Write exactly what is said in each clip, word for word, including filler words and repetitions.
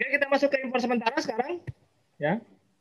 Oke, kita masuk ke impor sementara sekarang. Ya.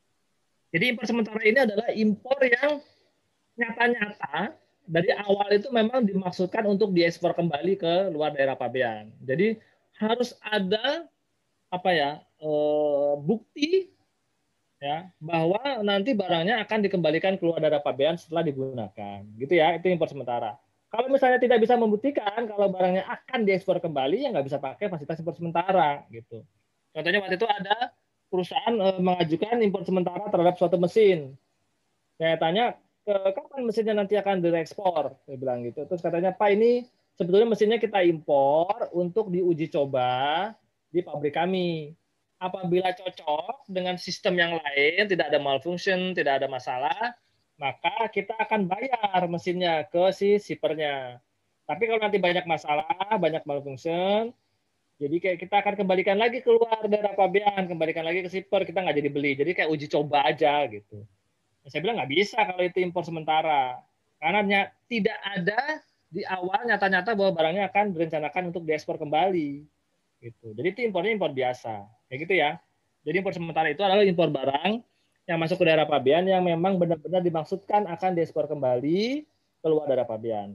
Jadi impor sementara ini adalah impor yang nyata-nyata dari awal itu memang dimaksudkan untuk diekspor kembali ke luar daerah pabean. Jadi harus ada apa ya eh, bukti ya bahwa nanti barangnya akan dikembalikan keluar daerah pabean setelah digunakan. Gitu ya, itu impor sementara. Kalau misalnya tidak bisa membuktikan kalau barangnya akan diekspor kembali, ya nggak bisa pakai fasilitas impor sementara gitu. Contohnya waktu itu ada perusahaan eh, mengajukan impor sementara terhadap suatu mesin. Saya tanya, ke kapan mesinnya nanti akan diekspor? Saya bilang gitu. Terus katanya, Pak ini sebetulnya mesinnya kita impor untuk diuji coba di pabrik kami. Apabila cocok dengan sistem yang lain, tidak ada malfunction, tidak ada masalah, maka kita akan bayar mesinnya ke si sipernya. Tapi kalau nanti banyak masalah, banyak malfunction, jadi kayak kita akan kembalikan lagi keluar dari pabean, kembalikan lagi ke siper, kita nggak jadi beli. Jadi kayak uji coba aja gitu. Saya bilang nggak bisa kalau itu impor sementara. Karena tidak ada di awal nyata-nyata bahwa barangnya akan direncanakan untuk diekspor kembali. Gitu. Jadi itu impornya impor biasa. Kayak gitu ya. Jadi impor sementara itu adalah impor barang yang masuk ke daerah pabean yang memang benar-benar dimaksudkan akan diekspor kembali keluar daerah pabean.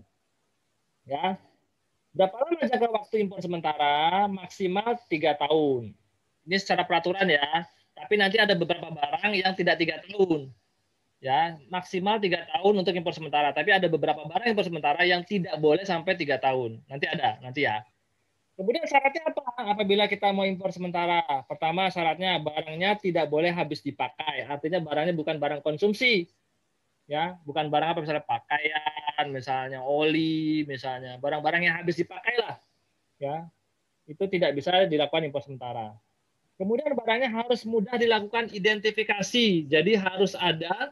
Ya. Berapa lama jangka waktu impor sementara? Maksimal tiga tahun. Ini secara peraturan ya. Tapi nanti ada beberapa barang yang tidak tiga tahun. Ya, maksimal tiga tahun untuk impor sementara. Tapi ada beberapa barang impor sementara yang tidak boleh sampai tiga tahun. Nanti ada, nanti ya. Kemudian syaratnya apa? Apabila kita mau impor sementara, pertama syaratnya barangnya tidak boleh habis dipakai. Artinya barangnya bukan barang konsumsi, ya, bukan barang apa misalnya pakaian, misalnya oli, misalnya barang-barang yang habis dipakai lah, ya, itu tidak bisa dilakukan impor sementara. Kemudian barangnya harus mudah dilakukan identifikasi, jadi harus ada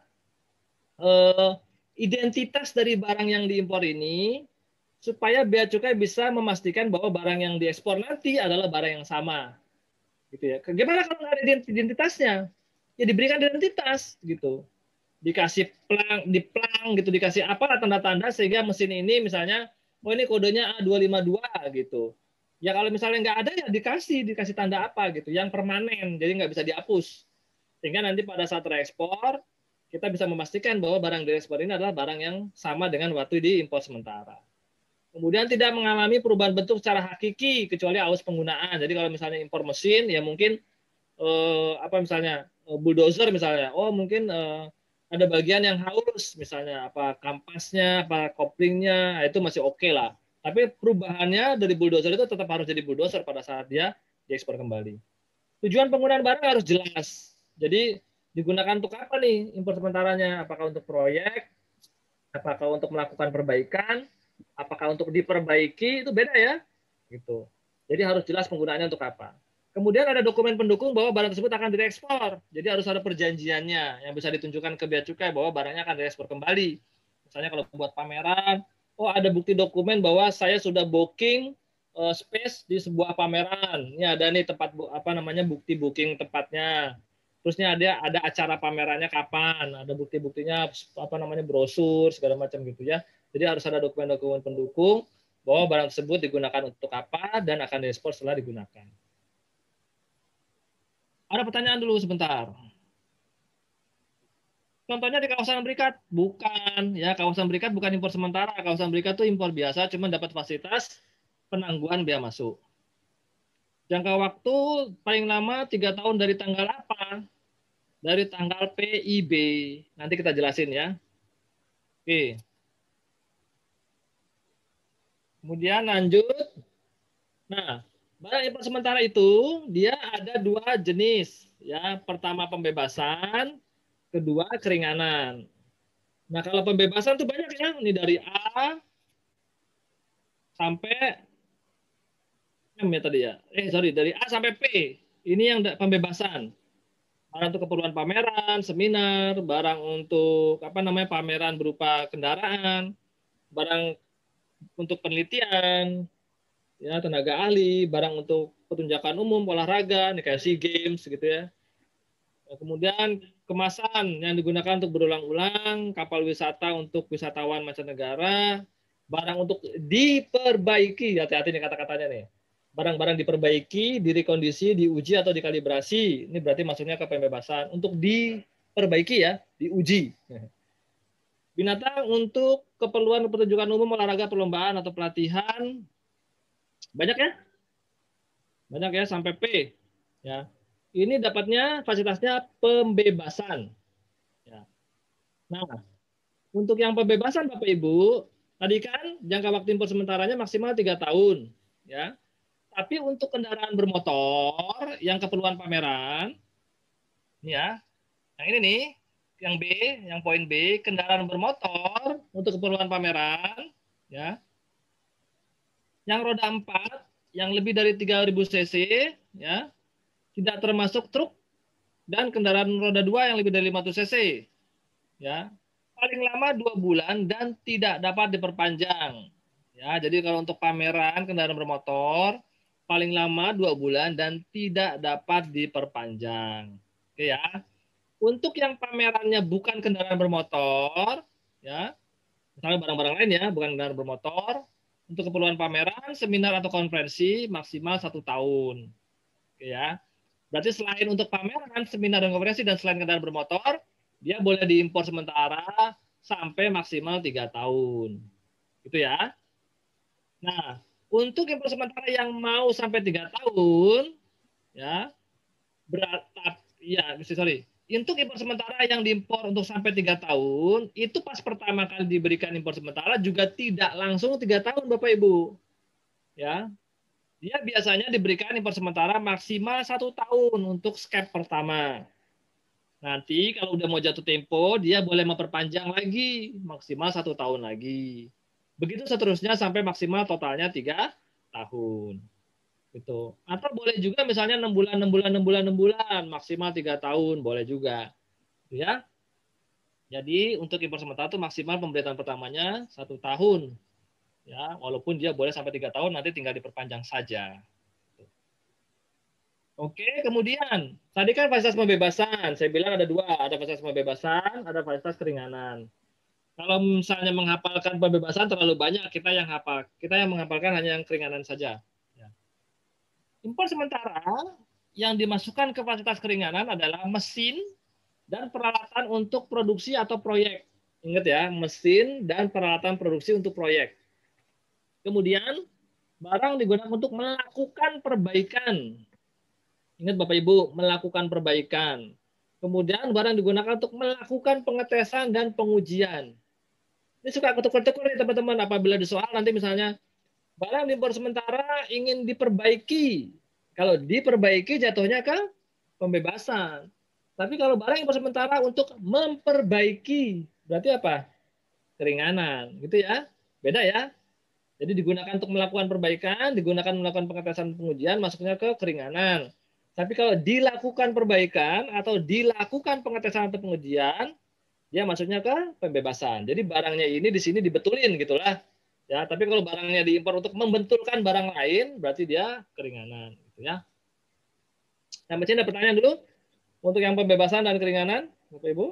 eh, identitas dari barang yang diimpor ini supaya bea cukai bisa memastikan bahwa barang yang diekspor nanti adalah barang yang sama gitu ya. Gimana kalau nggak ada identitasnya? Ya diberikan identitas gitu. Dikasih plang, diplang gitu, dikasih apa tanda-tanda sehingga mesin ini misalnya oh ini kodenya A dua lima dua gitu. Ya kalau misalnya nggak ada ya dikasih dikasih tanda apa gitu yang permanen jadi nggak bisa dihapus. Sehingga nanti pada saat terekspor kita bisa memastikan bahwa barang diekspor ini adalah barang yang sama dengan waktu diimpor sementara. Kemudian tidak mengalami perubahan bentuk secara hakiki kecuali aus penggunaan. Jadi kalau misalnya impor mesin ya mungkin eh, apa misalnya eh, bulldozer misalnya, oh mungkin eh, ada bagian yang halus misalnya apa kampasnya, apa koplingnya itu masih oke okay lah. Tapi perubahannya dari bulldozer itu tetap harus jadi bulldozer pada saat dia diekspor kembali. Tujuan penggunaan barang harus jelas. Jadi digunakan untuk apa nih impor sementaranya? Apakah untuk proyek? Apakah untuk melakukan perbaikan? Apakah untuk diperbaiki? Itu beda ya. Gitu. Jadi harus jelas penggunaannya untuk apa. Kemudian ada dokumen pendukung bahwa barang tersebut akan diekspor. Jadi harus ada perjanjiannya yang bisa ditunjukkan ke bea cukai bahwa barangnya akan diekspor kembali. Misalnya kalau buat pameran, oh ada bukti dokumen bahwa saya sudah booking uh, space di sebuah pameran. Ini ada nih tempat apa namanya bukti booking tempatnya. Terusnya ada ada acara pamerannya kapan, ada bukti-buktinya apa namanya brosur segala macam gitu ya. Jadi harus ada dokumen-dokumen pendukung bahwa barang tersebut digunakan untuk apa dan akan diekspor setelah digunakan. Ada pertanyaan dulu sebentar. Contohnya di kawasan berikat, bukan ya kawasan berikat bukan impor sementara, kawasan berikat itu impor biasa, cuma dapat fasilitas penangguhan bea masuk. Jangka waktu paling lama tiga tahun dari tanggal apa? Dari tanggal P I B. Nanti kita jelasin ya. Oke. Kemudian lanjut. Nah, barang impor sementara itu dia ada dua jenis. Ya, pertama pembebasan, kedua keringanan. Nah, kalau pembebasan tuh banyak ya. Ini dari A sampai M ya tadi ya. Eh, sorry, dari A sampai P. Ini yang pembebasan. Barang untuk keperluan pameran, seminar, barang untuk apa namanya pameran berupa kendaraan, barang untuk penelitian, ya tenaga ahli, barang untuk pertunjukan umum, olahraga, nih kayak SEA Games gitu ya. Nah, kemudian kemasan yang digunakan untuk berulang-ulang, kapal wisata untuk wisatawan mancanegara, barang untuk diperbaiki, hati-hati nih kata-katanya nih, barang-barang diperbaiki, direkondisi, diuji atau dikalibrasi. Ini berarti masuknya ke pembebasan. Untuk diperbaiki ya, diuji. Binatang untuk keperluan pertunjukan umum, olahraga, perlombaan atau pelatihan. Banyak ya? Banyak ya sampai P. Ya. Ini dapatnya fasilitasnya pembebasan. Ya. Nah, untuk yang pembebasan Bapak Ibu, tadi kan jangka waktu impor sementaranya maksimal tiga tahun. Ya. Tapi untuk kendaraan bermotor yang keperluan pameran, ini ya, yang ini nih, yang B, yang poin B, kendaraan bermotor untuk keperluan pameran, ya, yang roda empat, yang lebih dari tiga ribu cc, ya, tidak termasuk truk dan kendaraan roda dua yang lebih dari lima ratus cc, ya, paling lama dua bulan dan tidak dapat diperpanjang, ya. Jadi kalau untuk pameran kendaraan bermotor paling lama dua bulan dan tidak dapat diperpanjang. Oke ya. Untuk yang pamerannya bukan kendaraan bermotor, ya, misalnya barang-barang lain ya, bukan kendaraan bermotor, untuk keperluan pameran, seminar atau konferensi maksimal satu tahun. Oke ya. Berarti selain untuk pameran, seminar dan konferensi dan selain kendaraan bermotor, dia boleh diimpor sementara sampai maksimal tiga tahun. Gitu ya. Nah, untuk impor sementara yang mau sampai tiga tahun, ya, berat, ya, sorry, untuk impor sementara yang diimpor untuk sampai tiga tahun, itu pas pertama kali diberikan impor sementara juga tidak langsung tiga tahun, Bapak Ibu. Ya, dia biasanya diberikan impor sementara maksimal satu tahun untuk skep pertama. Nanti kalau udah mau jatuh tempo, dia boleh memperpanjang lagi maksimal satu tahun lagi. Begitu seterusnya sampai maksimal totalnya tiga tahun. Gitu. Atau boleh juga misalnya enam bulan, enam bulan, enam bulan, enam bulan, maksimal tiga tahun, boleh juga. Ya. Jadi untuk impor sementara itu maksimal pemberitaan pertamanya satu tahun. Ya, walaupun dia boleh sampai tiga tahun, nanti tinggal diperpanjang saja. Oke, kemudian tadi kan fasilitas pembebasan. Saya bilang ada dua, ada fasilitas pembebasan, ada fasilitas keringanan. Kalau misalnya menghafalkan pembebasan terlalu banyak, kita yang hafal, kita yang menghafalkan hanya yang keringanan saja. Ya. Impor sementara yang dimasukkan ke fasilitas keringanan adalah mesin dan peralatan untuk produksi atau proyek. Ingat ya, mesin dan peralatan produksi untuk proyek. Kemudian barang digunakan untuk melakukan perbaikan. Ingat Bapak Ibu, melakukan perbaikan. Kemudian barang digunakan untuk melakukan pengetesan dan pengujian. Ini suka ketuk-ketuk nih teman-teman, apabila di soal nanti misalnya barang diimpor sementara ingin diperbaiki. Kalau diperbaiki jatuhnya ke pembebasan. Tapi kalau barang impor sementara untuk memperbaiki, berarti apa? Keringanan, gitu ya. Beda ya. Jadi digunakan untuk melakukan perbaikan, digunakan melakukan pengetesan pengujian, masuknya ke keringanan. Tapi kalau dilakukan perbaikan atau dilakukan pengetesan atau pengujian, dia masuknya ke pembebasan. Jadi barangnya ini di sini dibetulin gitulah. Ya, tapi kalau barangnya diimpor untuk membentulkan barang lain, berarti dia keringanan gitu ya. Nah, macam ada pertanyaan dulu untuk yang pembebasan dan keringanan, Bapak Ibu.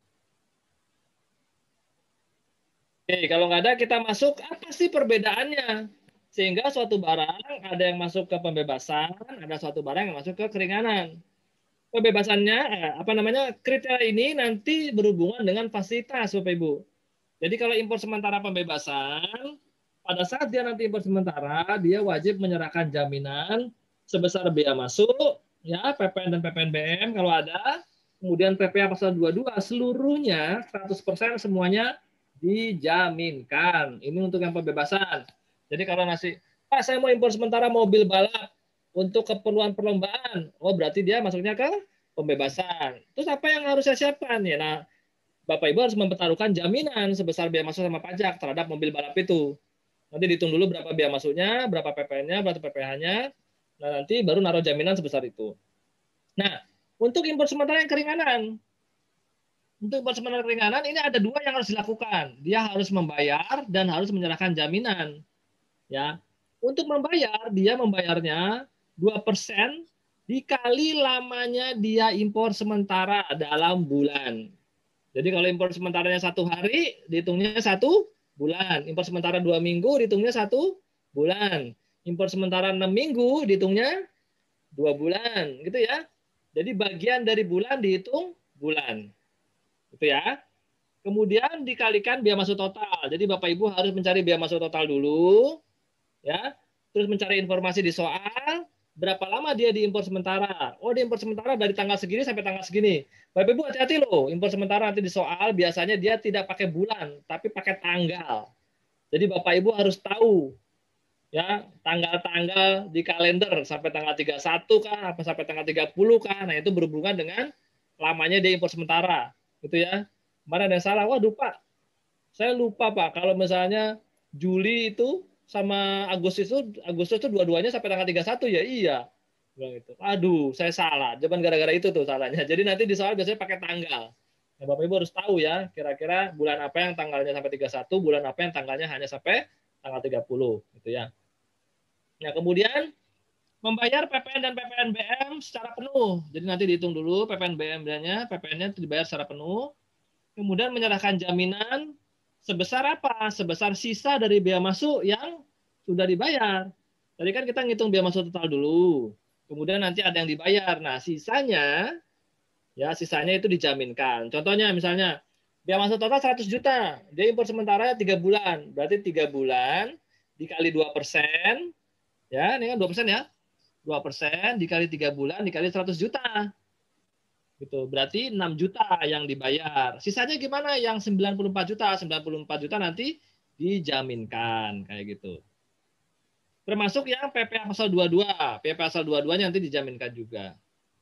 Oke, kalau nggak ada kita masuk apa sih perbedaannya? Sehingga suatu barang ada yang masuk ke pembebasan, ada suatu barang yang masuk ke keringanan. Pembebasannya, eh, apa namanya, kriteria ini nanti berhubungan dengan fasilitas, Bapak Ibu. Jadi kalau impor sementara pembebasan, pada saat dia nanti impor sementara, dia wajib menyerahkan jaminan sebesar biaya masuk, ya P P N dan P P N B M kalau ada, kemudian P P A pasal dua puluh dua seluruhnya seratus persen semuanya dijaminkan. Ini untuk yang pembebasan. Jadi kalau nasi, Pak saya mau impor sementara mobil balap untuk keperluan perlombaan, oh berarti dia masuknya ke pembebasan. Terus apa yang harus saya siapkan ya? Nah, Bapak Ibu harus mempertaruhkan jaminan sebesar biaya masuk sama pajak terhadap mobil balap itu. Nanti dihitung dulu berapa biaya masuknya, berapa P P N-nya, berapa P P H-nya. Nah, nanti baru naruh jaminan sebesar itu. Nah, untuk impor sementara yang keringanan. Untuk impor sementara keringanan ini ada dua yang harus dilakukan. Dia harus membayar dan harus menyerahkan jaminan. Ya. Untuk membayar, dia membayarnya dua persen dikali lamanya dia impor sementara dalam bulan. Jadi kalau impor sementaranya satu hari, dihitungnya satu bulan. Impor sementara dua minggu, dihitungnya satu bulan. Impor sementara enam minggu dihitungnya dua bulan, gitu ya. Jadi bagian dari bulan dihitung bulan. Gitu ya. Kemudian dikalikan biaya masuk total. Jadi Bapak Ibu harus mencari biaya masuk total dulu, ya. Terus mencari informasi di soal, berapa lama dia diimpor sementara. Oh, diimpor sementara dari tanggal segini sampai tanggal segini. Bapak Ibu hati-hati loh, impor sementara nanti di soal biasanya dia tidak pakai bulan, tapi pakai tanggal. Jadi Bapak Ibu harus tahu ya tanggal-tanggal di kalender sampai tanggal tiga puluh satu kah apa sampai tanggal tiga puluh kah. Nah, itu berhubungan dengan lamanya dia impor sementara, gitu ya. Kemarin ada yang salah, waduh Pak, saya lupa Pak, kalau misalnya Juli itu sama Agustus itu Agustus itu dua-duanya sampai tanggal tiga puluh satu ya. Iya. Bilang itu. Aduh, saya salah. Cuman gara-gara itu tuh salahnya. Jadi nanti di soal biasanya pakai tanggal. Nah, Bapak Ibu harus tahu ya, kira-kira bulan apa yang tanggalnya sampai tiga puluh satu, bulan apa yang tanggalnya hanya sampai tanggal tiga puluh, gitu ya. Nah, kemudian membayar P P N dan P P N B M secara penuh. Jadi nanti dihitung dulu P P N B M-nya, P P N-nya dibayar secara penuh. Kemudian menyerahkan jaminan sebesar apa? Sebesar sisa dari biaya masuk yang sudah dibayar. Tadi kan kita ngitung biaya masuk total dulu. Kemudian nanti ada yang dibayar. Nah, sisanya ya sisanya itu dijaminkan. Contohnya misalnya biaya masuk total seratus juta. Dia impor sementara tiga bulan. Berarti tiga bulan dikali dua persen. Ya, ini kan dua persen ya. dua persen dikali tiga bulan dikali seratus juta. Gitu. Berarti enam juta yang dibayar. Sisanya gimana? Yang sembilan puluh empat juta. sembilan puluh empat juta nanti dijaminkan. Kayak gitu. Termasuk yang P P pasal dua puluh dua. P P pasal dua puluh dua-nya nanti dijaminkan juga.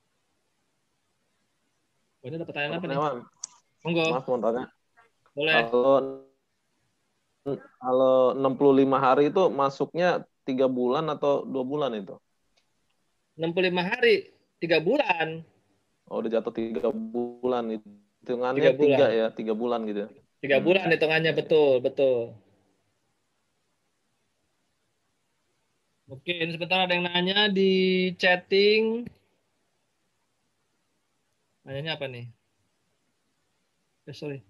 Oh, ini ada pertanyaan apa nih? Monggo. Maaf mau tanya. Boleh. Kalau kalau enam puluh lima hari itu masuknya tiga bulan atau dua bulan itu? enam puluh lima hari, tiga bulan. Oh, udah jatuh tiga bulan. Hitungannya Tiga bulan. tiga ya, tiga bulan gitu. Tiga hmm. bulan hitungannya, betul, betul. Mungkin sebentar ada yang nanya di chatting. Nanyanya apa nih? Eh, sorry.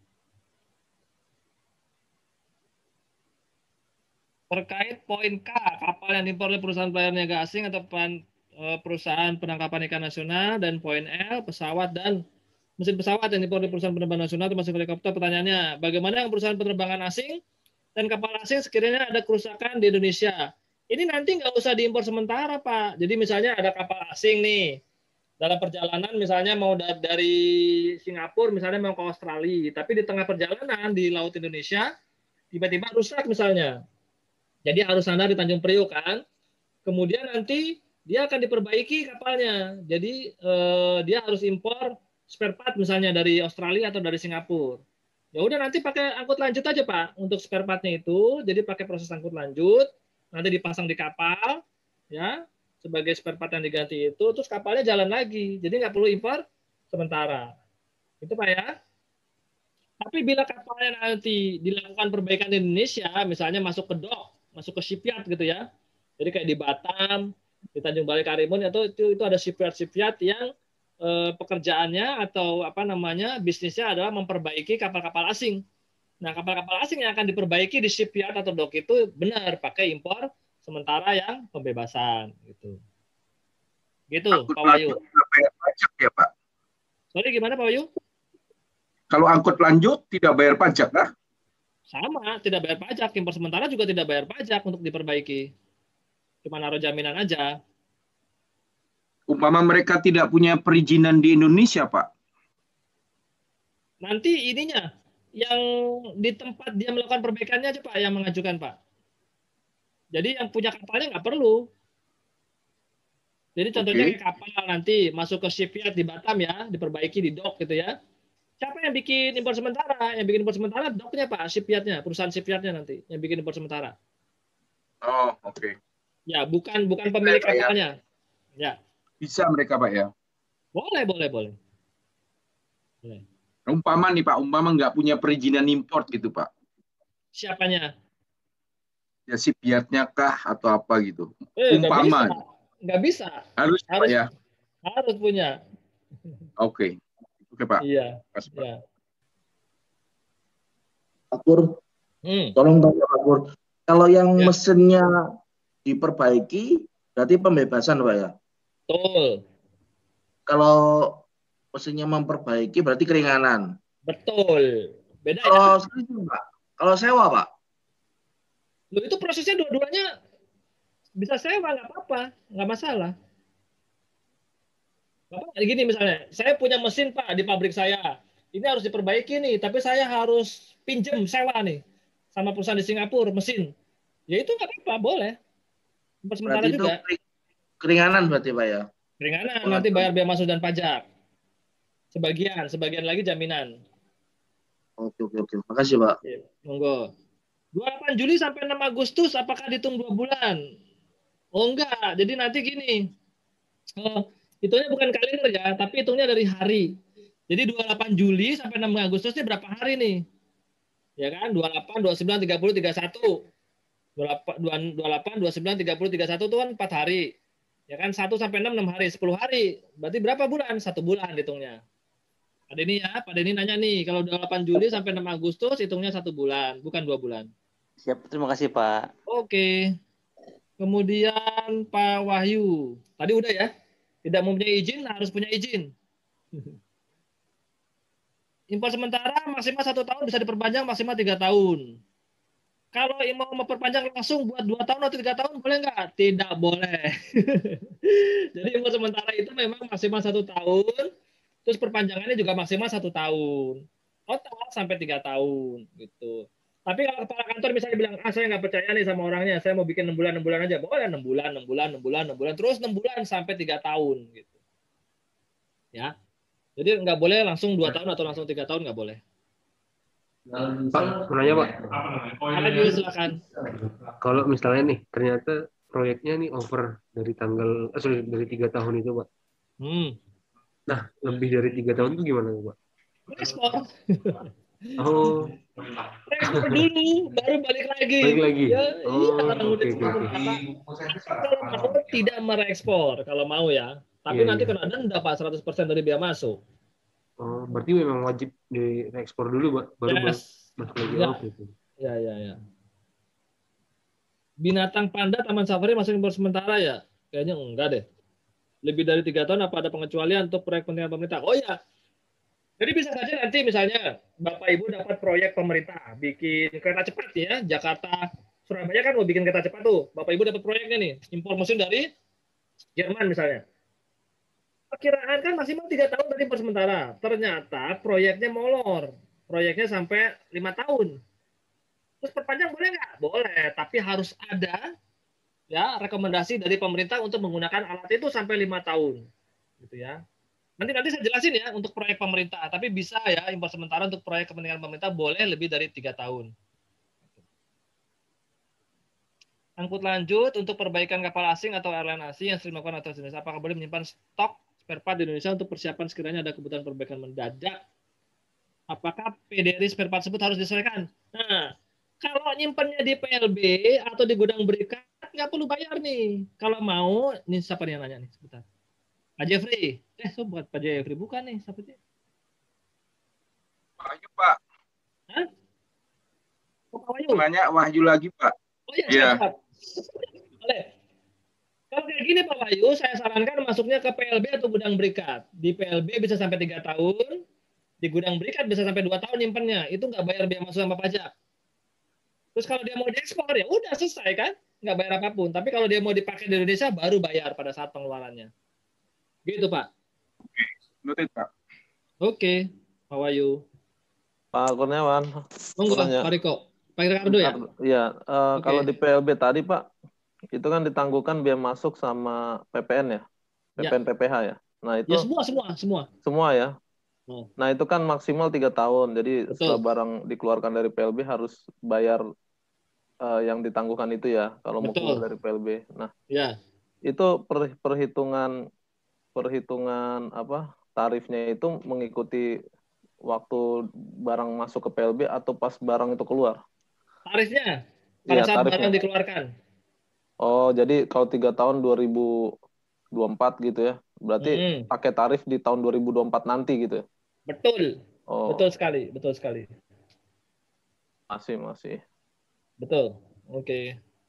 Terkait poin K, kapal yang diimpor oleh perusahaan pelayaran niaga asing atau perusahaan penangkapan ikan nasional, dan poin L, pesawat dan mesin pesawat yang diimpor oleh perusahaan penerbangan nasional termasuk helikopter. Pertanyaannya, bagaimana perusahaan penerbangan asing dan kapal asing sekiranya ada kerusakan di Indonesia? Ini nanti nggak usah diimpor sementara, Pak. Jadi misalnya ada kapal asing nih, dalam perjalanan misalnya mau dari Singapura misalnya mau ke Australia, tapi di tengah perjalanan di Laut Indonesia tiba-tiba rusak misalnya. Jadi harus sandar di Tanjung Priok kan. Kemudian nanti dia akan diperbaiki kapalnya. Jadi eh, dia harus impor spare part misalnya dari Australia atau dari Singapura. Ya udah nanti pakai angkut lanjut aja Pak untuk spare partnya itu. Jadi pakai proses angkut lanjut, nanti dipasang di kapal, ya sebagai spare part yang diganti itu. Terus kapalnya jalan lagi. Jadi nggak perlu impor sementara. Itu Pak ya. Tapi bila kapalnya nanti dilakukan perbaikan di Indonesia, misalnya masuk ke dock, masuk ke shipyard gitu ya. Jadi kayak di Batam, di Tanjung Balai Karimun itu itu, itu ada shipyard-shipyard yang eh, pekerjaannya atau apa namanya bisnisnya adalah memperbaiki kapal-kapal asing. Nah, kapal-kapal asing yang akan diperbaiki di shipyard atau dock itu benar pakai impor sementara yang pembebasan gitu. Gitu, angkut Pak Wahyu. Tidak bayar pajak ya, Pak? Sorry, gimana Pak Wahyu? Kalau angkut lanjut tidak bayar pajak kah? Sama, tidak bayar pajak. Impor sementara juga tidak bayar pajak untuk diperbaiki. Cuma naruh jaminan aja. Umpama mereka tidak punya perizinan di Indonesia, Pak? Nanti ininya, yang di tempat dia melakukan perbaikannya aja Pak, yang mengajukan Pak. Jadi yang punya kapalnya nggak perlu. Jadi contohnya okay. Kayak kapal nanti masuk ke shipyard di Batam ya, diperbaiki di dock gitu ya. Siapa yang bikin impor sementara? Yang bikin impor sementara docknya Pak, shipyardnya, perusahaan shipyardnya nanti yang bikin impor sementara. Oh, oke. Okay. Ya, bukan bukan pemilik kapalnya. Ya. Bisa mereka Pak ya? Boleh, boleh, boleh. Boleh. Umpama nih Pak, umpama nggak punya perizinan import gitu Pak. Siapanya? Ya shipyardnya kah atau apa gitu? Eh, umpama. Nggak bisa. Nggak bisa. Harus, harus Pak ya? Harus punya. Oke. Okay. Oke Pak. Iya. Pas, Pak. Iya. Pak Pur, hmm. tolong tanya Pak Pur. Kalau yang ya. mesinnya diperbaiki berarti pembebasan Pak ya. Betul. Kalau mesinnya memperbaiki berarti keringanan. Betul. Beda ya. Kalau sewa Pak, kalau sewa Pak. Loh, itu prosesnya dua-duanya bisa sewa, nggak apa-apa, nggak masalah. Bapak gini misalnya, saya punya mesin Pak di pabrik saya, ini harus diperbaiki nih, tapi saya harus pinjem sewa nih sama perusahaan di Singapura mesin. Ya itu nggak apa-apa, boleh. Untuk sementara Berarti itu juga. keringanan berarti Pak ya. Keringanan, nanti bayar biaya masuk dan pajak. Sebagian, sebagian lagi jaminan. Oke, oke, oke. Makasih Pak. Ya, monggo. dua puluh delapan Juli sampai enam Agustus, apakah dihitung dua bulan? Oh enggak, jadi nanti gini. Oh, hitungnya bukan kalender ya, tapi hitungnya dari hari. Jadi dua puluh delapan Juli sampai enam Agustus ini berapa hari nih? Ya kan? dua puluh delapan, dua puluh sembilan, tiga puluh, tiga puluh satu. dua puluh delapan, dua puluh sembilan, tiga puluh, tiga puluh satu itu kan empat hari. Ya kan? satu sampai enam, enam hari, sepuluh hari. Berarti berapa bulan? Satu bulan hitungnya. Pak Denny ya, Pak Denny nanya nih, kalau dua puluh delapan Juli sampai enam Agustus hitungnya satu bulan, bukan dua bulan. Siap, terima kasih Pak. Oke. Kemudian Pak Wahyu. Tadi udah ya? Tidak mempunyai izin, harus punya izin. Impor sementara maksimal satu tahun bisa diperpanjang maksimal tiga tahun. Kalau mau memperpanjang langsung buat dua tahun atau tiga tahun boleh nggak? Tidak boleh. Jadi impor sementara itu memang maksimal satu tahun, terus perpanjangannya juga maksimal satu tahun. Total sampai tiga tahun gitu. Tapi kalau kepala kantor misalnya bilang, ah saya nggak percaya nih sama orangnya, saya mau bikin enam bulan, enam bulan aja, boleh enam bulan, enam bulan, enam bulan, enam bulan, terus enam bulan sampai tiga tahun gitu. Ya, jadi nggak boleh langsung dua tahun atau langsung tiga tahun, nggak boleh. Pak, mau nanya Pak. Apa dulu silakan. Kalau misalnya nih, ternyata proyeknya nih over dari tanggal, eh, sorry, dari tiga tahun itu Pak. Hmm. Nah, lebih dari tiga tahun itu gimana Pak? Ekspor. Oh. Ekspor dulu, baru balik lagi. Balik lagi. Ya, Oh, iya, orang oke, udah oke, kalau mau tidak merekspor, kalau mau ya. Tapi Iya, nanti iya. kena denda Pak seratus persen dari biaya masuk. Oh, berarti memang wajib diekspor dulu, Pak, baru Yes. masuk lagi. Ya. Oh, gitu. Ya, ya, ya. Binatang panda taman safari masuk impor sementara ya? Kayaknya enggak deh. Lebih dari tiga tahun apa ada pengecualian untuk proyek kepentingan pemerintah? Oh ya. Jadi bisa saja nanti misalnya Bapak Ibu dapat proyek pemerintah bikin kereta cepat ya, Jakarta Surabaya kan mau bikin kereta cepat tuh. Bapak Ibu dapat proyeknya nih, impor mesin dari Jerman misalnya. Perkiraan kan maksimal tiga tahun tadi impor sementara. Ternyata proyeknya molor. Proyeknya sampai lima tahun. Terus perpanjang boleh nggak? Boleh, tapi harus ada ya rekomendasi dari pemerintah untuk menggunakan alat itu sampai lima tahun. Gitu ya. Nanti nanti saya jelasin ya untuk proyek pemerintah, tapi bisa ya impor sementara untuk proyek kepentingan pemerintah boleh lebih dari tiga tahun. Angkut lanjut untuk perbaikan kapal asing atau airline asing yang sering melakukan atau jenis apakah boleh menyimpan stok spare part di Indonesia untuk persiapan sekiranya ada kebutuhan perbaikan mendadak? Apakah P D R spare part tersebut harus disesuaikan? Nah, kalau nyimpannya di P L B atau di gudang berikat nggak perlu bayar nih. Kalau mau, ini siapa nih yang nanya nih sebentar? Pak Jeffrey. Eh, so buat Pak Jeffrey bukan nih, siapa sih? Wahyu, Pak. Hah? Oh, Pak Wahyu. Nanya Wahyu lagi, Pak. Oh iya, Iya. siap. Boleh. Kalau kayak gini Pak Wahyu, saya sarankan masuknya ke P L B atau gudang berikat. Di P L B bisa sampai tiga tahun, di gudang berikat bisa sampai dua tahun nyimpennya. Itu nggak bayar biaya masuk sama pajak. Terus kalau dia mau diekspor ya udah selesai kan, nggak bayar apapun. Tapi kalau dia mau dipakai di Indonesia baru bayar pada saat pengeluarannya. Gitu Pak. Noted, Pak. Oke, Pak Wahyu. Pak Kurniawan. Monggo Pak Riko. Pak Ricardo ya? Iya, uh, Oke. kalau di P L B tadi Pak, itu kan ditangguhkan biaya masuk sama P P N ya, P P N Ya. P P H ya. Nah itu Ya semua semua semua. semua ya. Oh. Nah itu kan maksimal tiga tahun. Jadi Betul. setelah barang dikeluarkan dari P L B harus bayar uh, yang ditangguhkan itu ya. Kalau mau Betul. keluar dari P L B. Nah Ya. itu per, perhitungan perhitungan apa tarifnya itu mengikuti waktu barang masuk ke P L B atau pas barang itu keluar? Tarifnya pada Iya, saat tarifnya. barang dikeluarkan. Oh, jadi kalau tiga tahun dua ribu dua puluh empat gitu ya. Berarti Hmm. pakai tarif di tahun dua ribu dua puluh empat nanti gitu ya. Betul. Oh. Betul sekali, betul sekali. Masih, masih. Betul. Oke.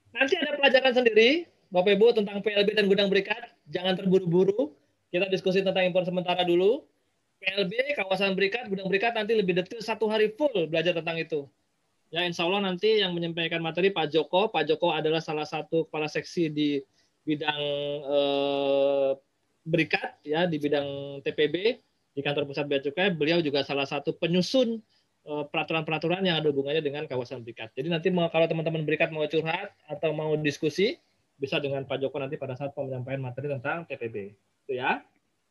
Nanti ada pelajaran sendiri, Bapak Ibu, tentang P L B dan gudang berikat. Jangan terburu-buru. Kita diskusi tentang impor sementara dulu. P L B, kawasan berikat, gudang berikat nanti lebih detail satu hari full belajar tentang itu. Ya, insya Allah nanti yang menyampaikan materi Pak Joko. Pak Joko adalah salah satu kepala seksi di bidang eh, berikat, ya, di bidang T P B di kantor pusat bea cukai. Beliau juga salah satu penyusun peraturan-peraturan yang ada hubungannya dengan kawasan berikat. Jadi nanti mau kalau teman-teman berikat mau curhat atau mau diskusi, bisa dengan Pak Joko nanti pada saat penyampaian materi tentang T P B. Itu ya.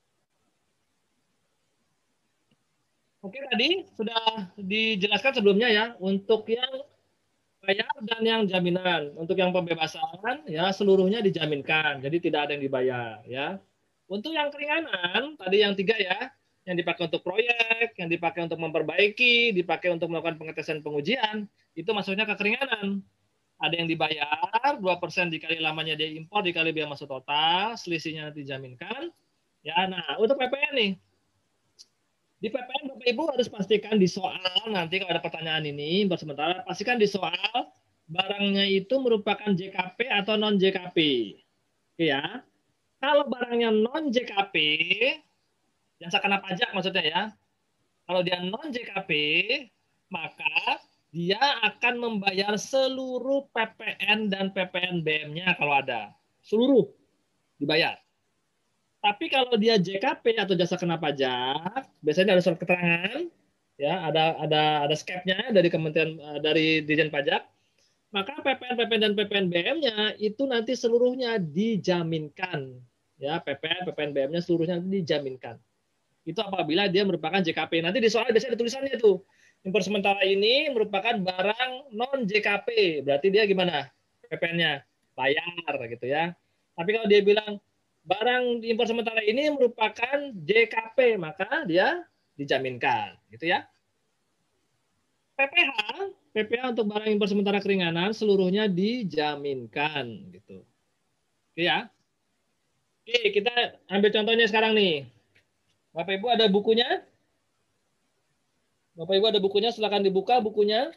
Oke, tadi sudah dijelaskan sebelumnya ya, untuk yang bayar dan yang jaminan. Untuk yang pembebasan ya seluruhnya dijaminkan, jadi tidak ada yang dibayar ya. Untuk yang keringanan tadi yang tiga ya, yang dipakai untuk proyek, yang dipakai untuk memperbaiki, dipakai untuk melakukan pengetesan pengujian, itu masuknya ke keringanan. Ada yang dibayar dua persen dikali lamanya dia impor dikali biaya masuk total, selisihnya nanti dijaminkan. Ya, nah untuk P P N nih. Di P P N Bapak Ibu harus pastikan di soal nanti kalau ada pertanyaan ini buat sementara pastikan di soal barangnya itu merupakan J K P atau non J K P. Ya. Kalau barangnya non J K P, yang saya kena pajak maksudnya ya. Kalau dia non J K P, maka dia akan membayar seluruh P P N dan P P N B M-nya kalau ada. Seluruh dibayar. Tapi kalau dia J K P atau jasa kena pajak, biasanya ada surat keterangan, ya, ada ada ada skepnya dari Kementerian dari Ditjen Pajak, maka P P N, P P N dan P P N B M-nya itu nanti seluruhnya dijaminkan. Ya, P P N, P P N B M-nya seluruhnya dijaminkan. Itu apabila dia merupakan J K P. Nanti di soal biasanya ada tulisannya tuh. Impor sementara ini merupakan barang non J K P. Berarti dia gimana? P P N-nya bayar gitu ya. Tapi kalau dia bilang barang impor sementara ini merupakan J K P, maka dia dijaminkan, gitu ya. P P H, P P H untuk barang impor sementara keringanan seluruhnya dijaminkan, gitu. Oke ya. Oke, kita ambil contohnya sekarang nih. Bapak Ibu ada bukunya? Bapak Ibu ada bukunya, silakan dibuka bukunya.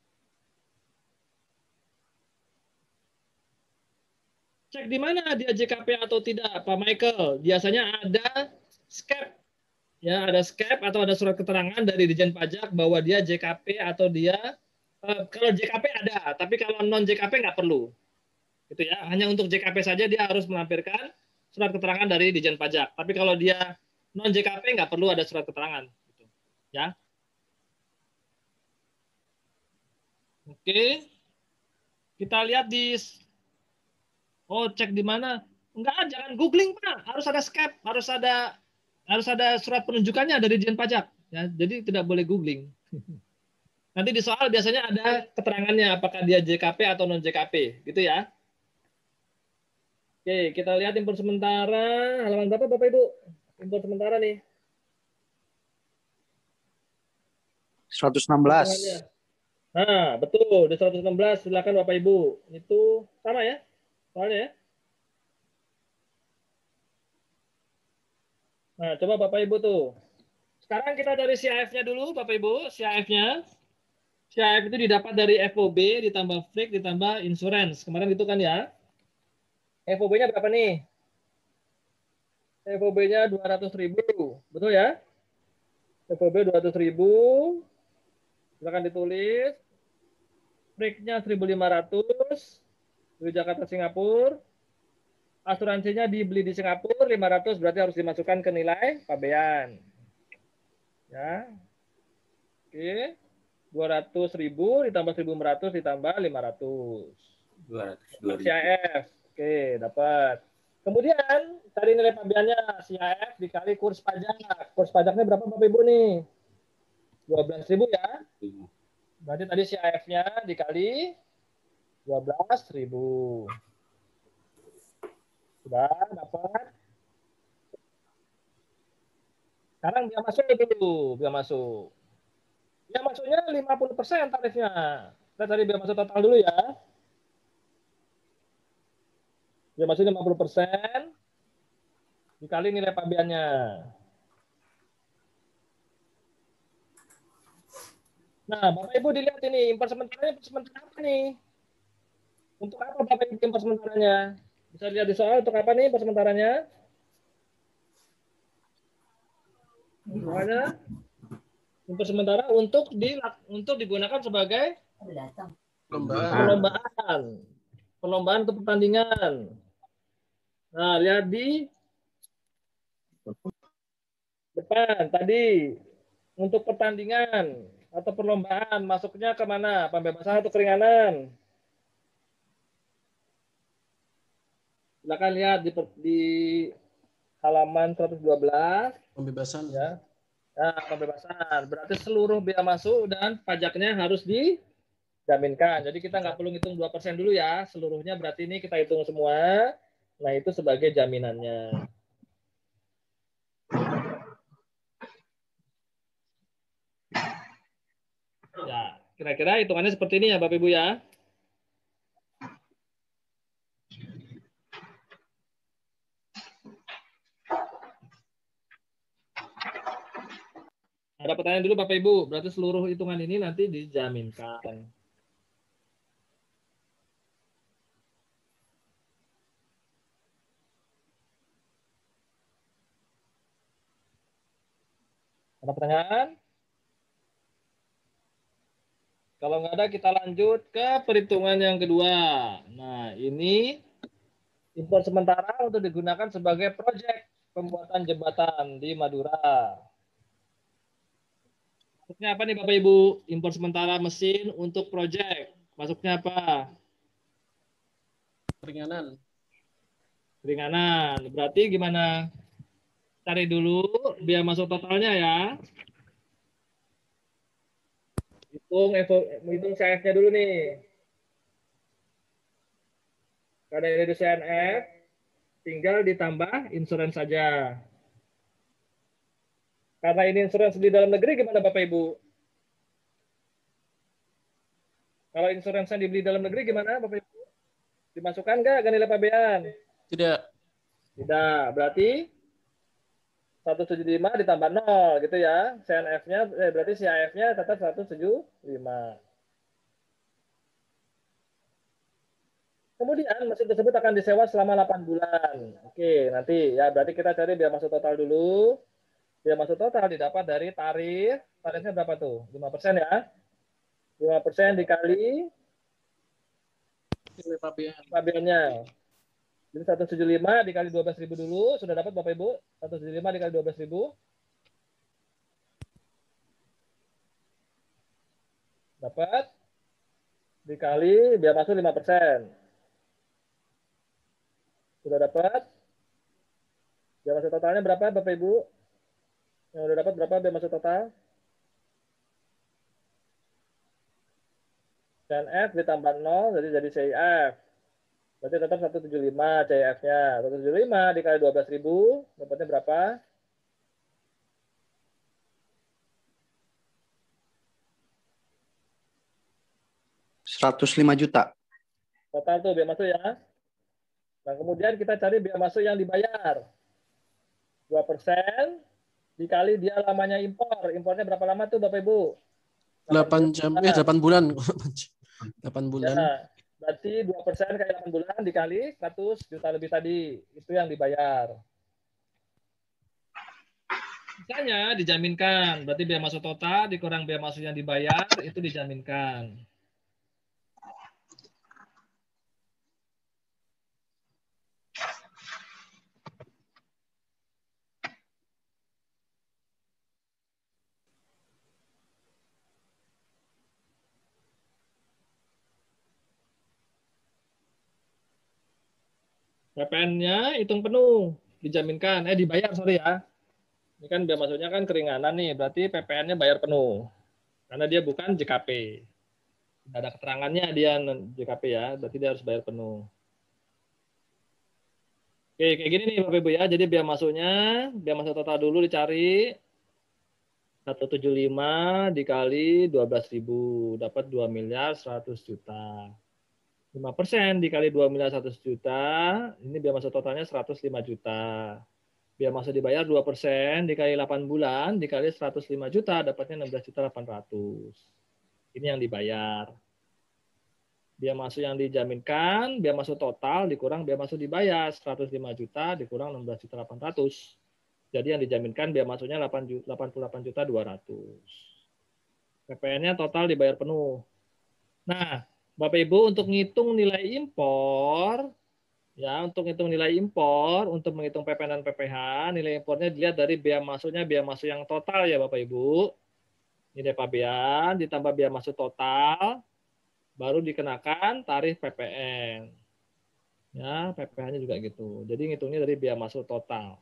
Cek di mana dia J K P atau tidak, Pak Michael. Biasanya ada skep, ya ada skep atau ada surat keterangan dari Ditjen Pajak bahwa dia J K P atau dia eh, kalau J K P ada, tapi kalau non J K P nggak perlu, gitu ya. Hanya untuk J K P saja dia harus melampirkan surat keterangan dari Ditjen Pajak. Tapi kalau dia non J K P nggak perlu ada surat keterangan, gitu. Ya. Oke, kita lihat di oh cek di mana? Enggak, jangan googling Pak. Harus ada skep, harus ada harus ada surat penunjukannya dari Ditjen Pajak. Ya, jadi tidak boleh googling. Nanti di soal biasanya ada keterangannya apakah dia J K P atau non J K P, gitu ya. Oke, kita lihat impor sementara. Halaman berapa Bapak Ibu? Impor sementara nih. seratus enam belas. Nah, betul. Di seratus enam belas, silakan Bapak Ibu. Itu sama ya? Soalnya ya. Nah, coba Bapak Ibu tuh. Sekarang kita dari C A F-nya dulu, Bapak Ibu. C A F-nya. C A F itu didapat dari F O B, ditambah F R I C, ditambah insurance. Kemarin itu kan ya. F O B-nya berapa nih? F O B-nya dua ratus ribu. Betul ya? F O B dua ratus ribu. Silakan ditulis. F R I C-nya seribu lima ratus. Dari Jakarta Singapura. Asuransinya dibeli di Singapura lima ratus, berarti harus dimasukkan ke nilai pabean. Ya. Oke. dua ratus ribu ditambah seribu lima ratus ditambah lima ratus. dua ratus dua ribu. C A F. Oke, dapat. Kemudian cari nilai pabeannya C A F dikali kurs pajak. Kurs pajaknya berapa Bapak Ibu nih? dua belas ribu ya. Berarti tadi C A F-nya dikali dua belas ribu. Sudah dapat. Sekarang biaya masuk dulu, biaya masuk. Biaya masuknya lima puluh persen tarifnya. Kita cari biaya masuk total dulu ya. Biaya masuk lima puluh persen dikali nilai pabeannya. Nah, Bapak Ibu dilihat ini, impor sementara impor sementara apa nih? Untuk apa Bapak Ibu impor sementaranya? Bisa lihat di soal untuk apa nih impor sementaranya? Soalnya impor sementara untuk di untuk digunakan sebagai perlombaan. Perlombaan untuk pertandingan. Nah, lihat di depan tadi untuk pertandingan atau perlombaan masuknya ke mana? Pembebasan atau keringanan? Silakan lihat di, di halaman seratus dua belas. Pembebasan. Ya. Nah, pembebasan. Berarti seluruh biaya masuk dan pajaknya harus dijaminkan. Jadi kita nggak perlu hitung dua persen dulu ya. Seluruhnya berarti ini kita hitung semua. Nah, itu sebagai jaminannya. Ya, kira-kira hitungannya seperti ini ya Bapak Ibu ya. Ada pertanyaan dulu Bapak Ibu, berarti seluruh hitungan ini nanti dijaminkan. Ada pertanyaan? Kalau nggak ada, kita lanjut ke perhitungan yang kedua. Nah, ini impor sementara untuk digunakan sebagai proyek pembuatan jembatan di Madura. Maksudnya apa nih Bapak Ibu? Impor sementara mesin untuk proyek. Masuknya apa? Keringanan. Keringanan. Berarti gimana? Cari dulu biaya masuk totalnya ya. Hitung, hitung C F-nya dulu nih. Karena ini C N F, tinggal ditambah insurans saja. Karena ini insurans di dalam negeri, gimana Bapak Ibu? Kalau insuransinya dibeli dalam negeri, gimana Bapak Ibu? Dimasukkan nggak ke nilai pabean? Tidak. Tidak. Berarti seratus tujuh puluh lima ditambah nol gitu ya. C N F-nya, eh, berarti C A F-nya tetap seratus tujuh puluh lima. Kemudian mesin tersebut akan disewa selama delapan bulan. Oke, nanti ya berarti kita cari biaya masuk total dulu. Biaya masuk total didapat dari tarif. Tarifnya berapa tuh? lima persen ya. lima persen dikali nilai pabean. Pabeannya. Jadi seratus tujuh puluh lima dikali dua belas ribu dulu. Sudah dapat Bapak Ibu? seratus tujuh puluh lima dikali dua belas ribu. Dapat. Dikali biaya masuk lima persen. Sudah dapat? Biaya masuk totalnya berapa Bapak Ibu? Yang udah dapat berapa biaya masuk total? C N F ditambah nol, jadi jadi C I F. Berarti tetap seratus tujuh puluh lima C I F-nya. seratus tujuh puluh lima dikali dua belas ribu, dapatnya berapa? seratus lima juta. Total tuh biaya masuk ya. Nah, kemudian kita cari biaya masuk yang dibayar. dua persen dikali dia lamanya impor. Impornya berapa lama tuh Bapak Ibu? delapan jam, eh delapan bulan. delapan bulan. Ya, berarti dua persen kali delapan bulan dikali seratus juta lebih tadi. Itu yang dibayar. Misalnya dijaminkan. Berarti biaya masuk total dikurang biaya masuk yang dibayar, itu dijaminkan. P P N-nya hitung penuh, dijaminkan, eh dibayar sorry ya. Ini kan biaya masuknya kan keringanan nih, berarti P P N-nya bayar penuh. Karena dia bukan J K P. Tidak ada keterangannya dia J K P ya, berarti dia harus bayar penuh. Oke, kayak gini nih Bapak Ibu ya. Jadi biaya masuknya, biaya masuk total dulu dicari. seratus tujuh puluh lima dikali dua belas ribu, dapat dua miliar seratus juta. lima persen dikali dua miliar seratus juta, ini biaya masuk totalnya seratus lima juta. Biaya masuk dibayar dua persen dikali delapan bulan, dikali seratus lima juta, dapatnya enam belas juta delapan ratus. Ini yang dibayar. Biaya masuk yang dijaminkan, biaya masuk total dikurang biaya masuk dibayar, seratus lima juta dikurang enam belas juta delapan ratus. Jadi yang dijaminkan biaya masuknya delapan puluh delapan juta dua ratus. P P N-nya total dibayar penuh. Nah, Bapak Ibu untuk ngitung nilai impor, ya untuk ngitung nilai impor, untuk menghitung P P N dan P P H, nilai impornya dilihat dari biaya masuknya biaya masuk yang total ya Bapak Ibu. Nilai pabean ditambah biaya masuk total, baru dikenakan tarif P P N. Ya, P P H-nya juga gitu. Jadi ngitungnya dari biaya masuk total.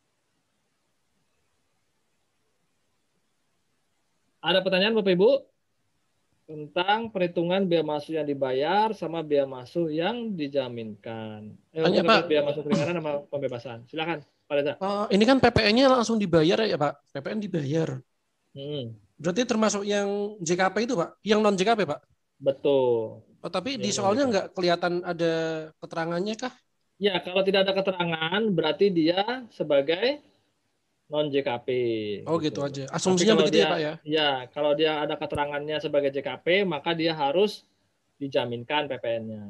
Ada pertanyaan Bapak Ibu tentang perhitungan biaya masuk yang dibayar sama biaya masuk yang dijaminkan. Eh, Tanya, untuk Pak. biaya masuk keringanan sama pembebasan. Silakan, Pak Reza. Uh, ini kan P P N-nya langsung dibayar ya Pak? P P N dibayar. Hmm. Berarti termasuk yang J K P itu Pak? Yang non J K P Pak? Betul. Oh, tapi Yang di soalnya nggak kelihatan ada keterangannya kah? Ya, kalau tidak ada keterangan berarti dia sebagai non J K P. Oh gitu, gitu aja. Asumsinya dia, begitu ya Pak ya? Ya, kalau dia ada keterangannya sebagai J K P, maka dia harus dijaminkan P P N-nya.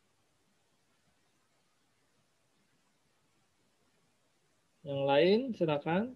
Yang lain silakan.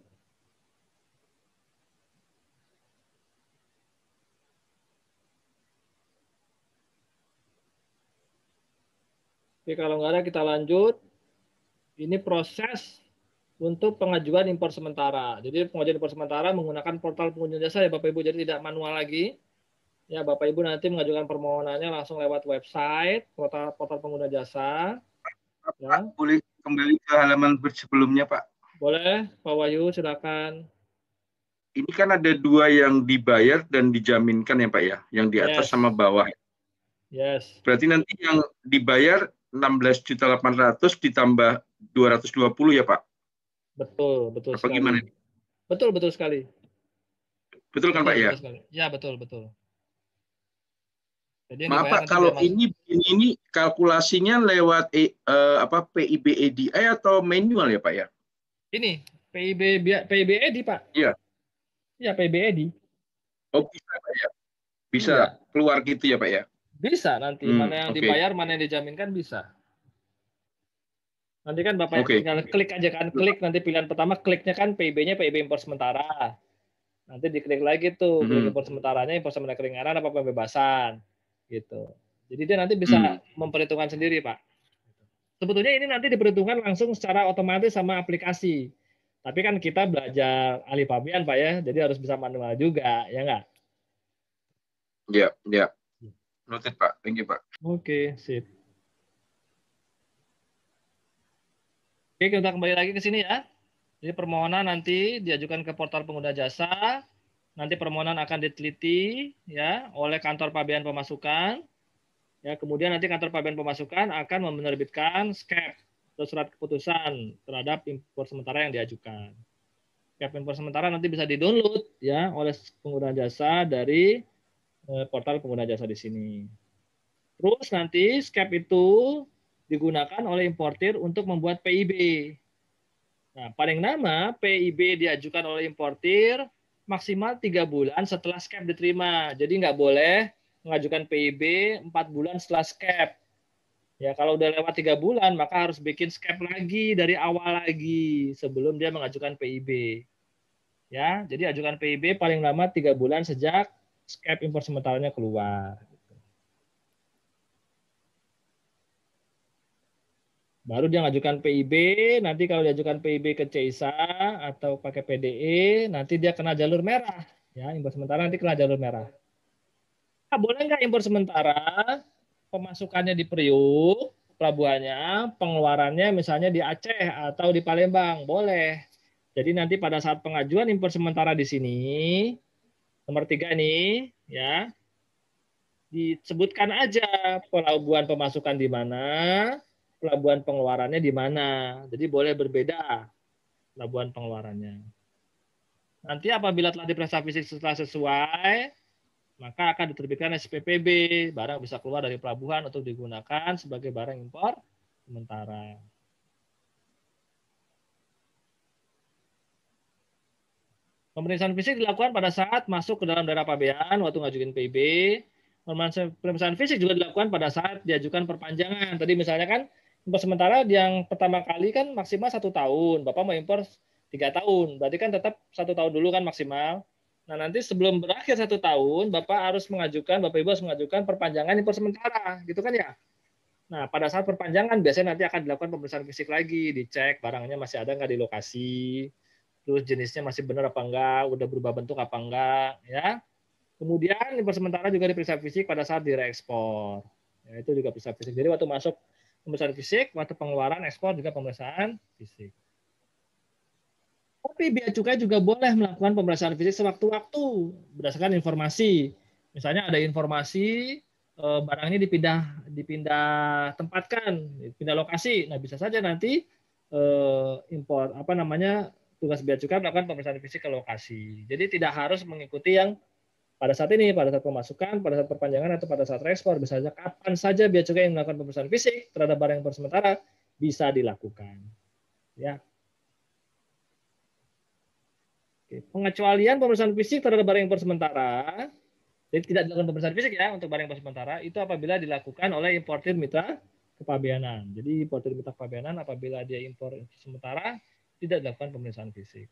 Oke, kalau nggak ada kita lanjut. Ini proses untuk pengajuan impor sementara. Jadi pengajuan impor sementara menggunakan portal pengunjung jasa ya Bapak Ibu, jadi tidak manual lagi. Ya Bapak Ibu nanti mengajukan permohonannya langsung lewat website portal, portal pengguna jasa. Pak, Ya. boleh kembali ke halaman sebelumnya Pak? Boleh, Pak Wahyu silakan. Ini kan ada dua yang dibayar dan dijaminkan ya Pak ya, yang di atas Yes. sama bawah. Yes. Berarti nanti yang dibayar enam belas juta delapan ratus ditambah dua ratus dua puluh ya Pak? Betul, betul Apa sekali. gimana? Betul, betul sekali. Betul kan betul, Pak ya? Betul sekali. Ya, betul, betul. Jadi Maaf Pak, kalau ini, ini ini kalkulasinya lewat e, uh, apa P I B E D I atau manual ya Pak ya? Ini P I B P I B E D I Pak. Iya. Iya, P I B E D I. Oh bisa Pak ya? Bisa iya. Keluar gitu ya Pak ya? Bisa nanti, hmm, mana yang okay. dibayar, mana yang dijaminkan bisa. Nanti kan Bapak okay. tinggal klik aja kan, klik nanti pilihan pertama, kliknya kan P I B-nya P I B impor sementara. Nanti diklik lagi tuh, klik impor sementaranya, impor sementara keringanan apa pembebasan. Gitu. Jadi dia nanti bisa hmm. memperhitungkan sendiri Pak. Sebetulnya ini nanti diperhitungkan langsung secara otomatis sama aplikasi. Tapi kan kita belajar ahli pabean Pak ya, jadi harus bisa manual juga, ya nggak? Iya, iya. Noted Pak, thank you Pak. Oke, sip. Oke, kita kembali lagi ke sini ya. Jadi permohonan nanti diajukan ke portal pengguna jasa. Nanti permohonan akan diteliti ya oleh kantor pabean pemasukan. Ya, kemudian nanti kantor pabean pemasukan akan menerbitkan S K E P atau surat keputusan terhadap impor sementara yang diajukan. S K E P impor sementara nanti bisa di-download ya oleh pengguna jasa dari eh, portal pengguna jasa di sini. Terus nanti S K E P itu digunakan oleh importir untuk membuat P I B. Nah, paling lama P I B diajukan oleh importir maksimal tiga bulan setelah S K E P diterima. Jadi nggak boleh mengajukan P I B empat bulan setelah S K E P. Ya, kalau udah lewat tiga bulan, maka harus bikin S K E P lagi dari awal lagi sebelum dia mengajukan P I B. Ya, jadi ajukan P I B paling lama tiga bulan sejak S K E P impor sementaranya keluar. Baru dia ngajukan P I B, nanti kalau diajukan P I B ke C I S A atau pakai P D E, nanti dia kena jalur merah. Ya, impor sementara nanti kena jalur merah. Nah, boleh nggak impor sementara pemasukannya di Priuk, pelabuhannya, pengeluarannya misalnya di Aceh atau di Palembang? Boleh. Jadi nanti pada saat pengajuan impor sementara di sini, nomor tiga nih, ya, disebutkan aja pelabuhan pemasukan di mana, pelabuhan pengeluarannya di mana. Jadi boleh berbeda pelabuhan pengeluarannya. Nanti apabila telah diperiksa fisik setelah sesuai, maka akan diterbitkan S P P B. Barang bisa keluar dari pelabuhan untuk digunakan sebagai barang impor sementara. Pemeriksaan fisik dilakukan pada saat masuk ke dalam daerah pabean waktu ngajuin P I B. Pemeriksaan fisik juga dilakukan pada saat diajukan perpanjangan. Tadi misalnya kan impor sementara yang pertama kali kan maksimal satu tahun. Bapak mau impor tiga tahun, berarti kan tetap satu tahun dulu kan maksimal. Nah nanti sebelum berakhir satu tahun, Bapak harus mengajukan, Bapak Ibu harus mengajukan perpanjangan impor sementara, gitu kan ya? Nah pada saat perpanjangan biasanya nanti akan dilakukan pemeriksaan fisik lagi, dicek barangnya masih ada nggak di lokasi, terus jenisnya masih benar apa enggak, udah berubah bentuk apa enggak, ya. Kemudian impor sementara juga diperiksa fisik pada saat direekspor. Ya, itu juga periksa fisik. Jadi waktu masuk pemeriksaan fisik, waktu pengeluaran ekspor juga pemeriksaan fisik. Tapi bea cukai juga boleh melakukan pemeriksaan fisik sewaktu-waktu berdasarkan informasi. Misalnya ada informasi barang ini dipindah dipindah tempatkan, dipindah lokasi. Nah bisa saja nanti impor apa namanya tugas bea cukai melakukan pemeriksaan fisik ke lokasi. Jadi tidak harus mengikuti yang pada saat ini, pada saat pemasukan, pada saat perpanjangan, atau pada saat reekspor, bisa saja kapan saja bea cukai yang melakukan pemeriksaan fisik terhadap barang impor sementara bisa dilakukan. Ya. Oke. Pengecualian pemeriksaan fisik terhadap barang impor sementara, jadi tidak dilakukan pemeriksaan fisik ya untuk barang impor sementara, itu apabila dilakukan oleh importir mitra kepabeanan. Jadi importir mitra kepabeanan apabila dia impor sementara tidak dilakukan pemeriksaan fisik.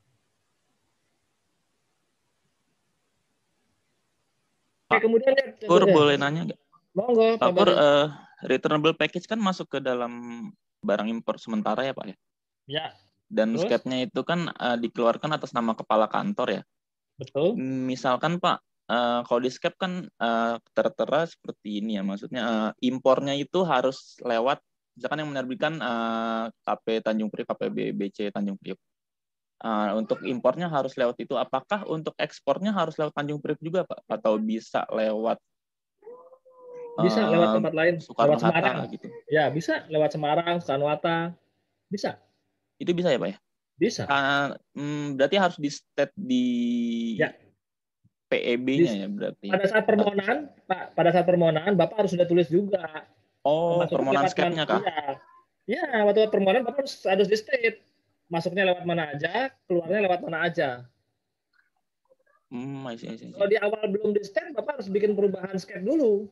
Pak, kemudian Pak Pur boleh nanya nggak? Monggo, Pak Pur, uh, returnable package kan masuk ke dalam barang impor sementara ya Pak ya? Ya. Dan skepnya itu kan uh, dikeluarkan atas nama kepala kantor ya? Betul. Misalkan Pak, uh, kalau di skep kan uh, tertera seperti ini ya, maksudnya uh, impornya itu harus lewat, misalkan yang menerbitkan uh, K P Tanjung Priok, K P B B C Tanjung Priok. Uh, untuk impornya harus lewat itu. Apakah untuk ekspornya harus lewat Tanjung Priok juga, Pak? Atau bisa lewat bisa uh, lewat tempat lain, lewat Semarang gitu? Ya, bisa lewat Semarang, Soekarno-Hatta. Bisa. Itu bisa ya, Pak ya? Bisa. Uh, hmm, berarti harus di state di ya. P E B-nya ya berarti. Pada saat permohonan, Pak, pada saat permohonan Bapak harus sudah tulis juga. Oh, permohonan skepnya kah? Iya. Ya, waktu permohonan Bapak harus harus di state. Masuknya lewat mana aja, keluarnya lewat mana aja. Hmm, I see, I see. Kalau di awal belum di state, Bapak harus bikin perubahan skep dulu.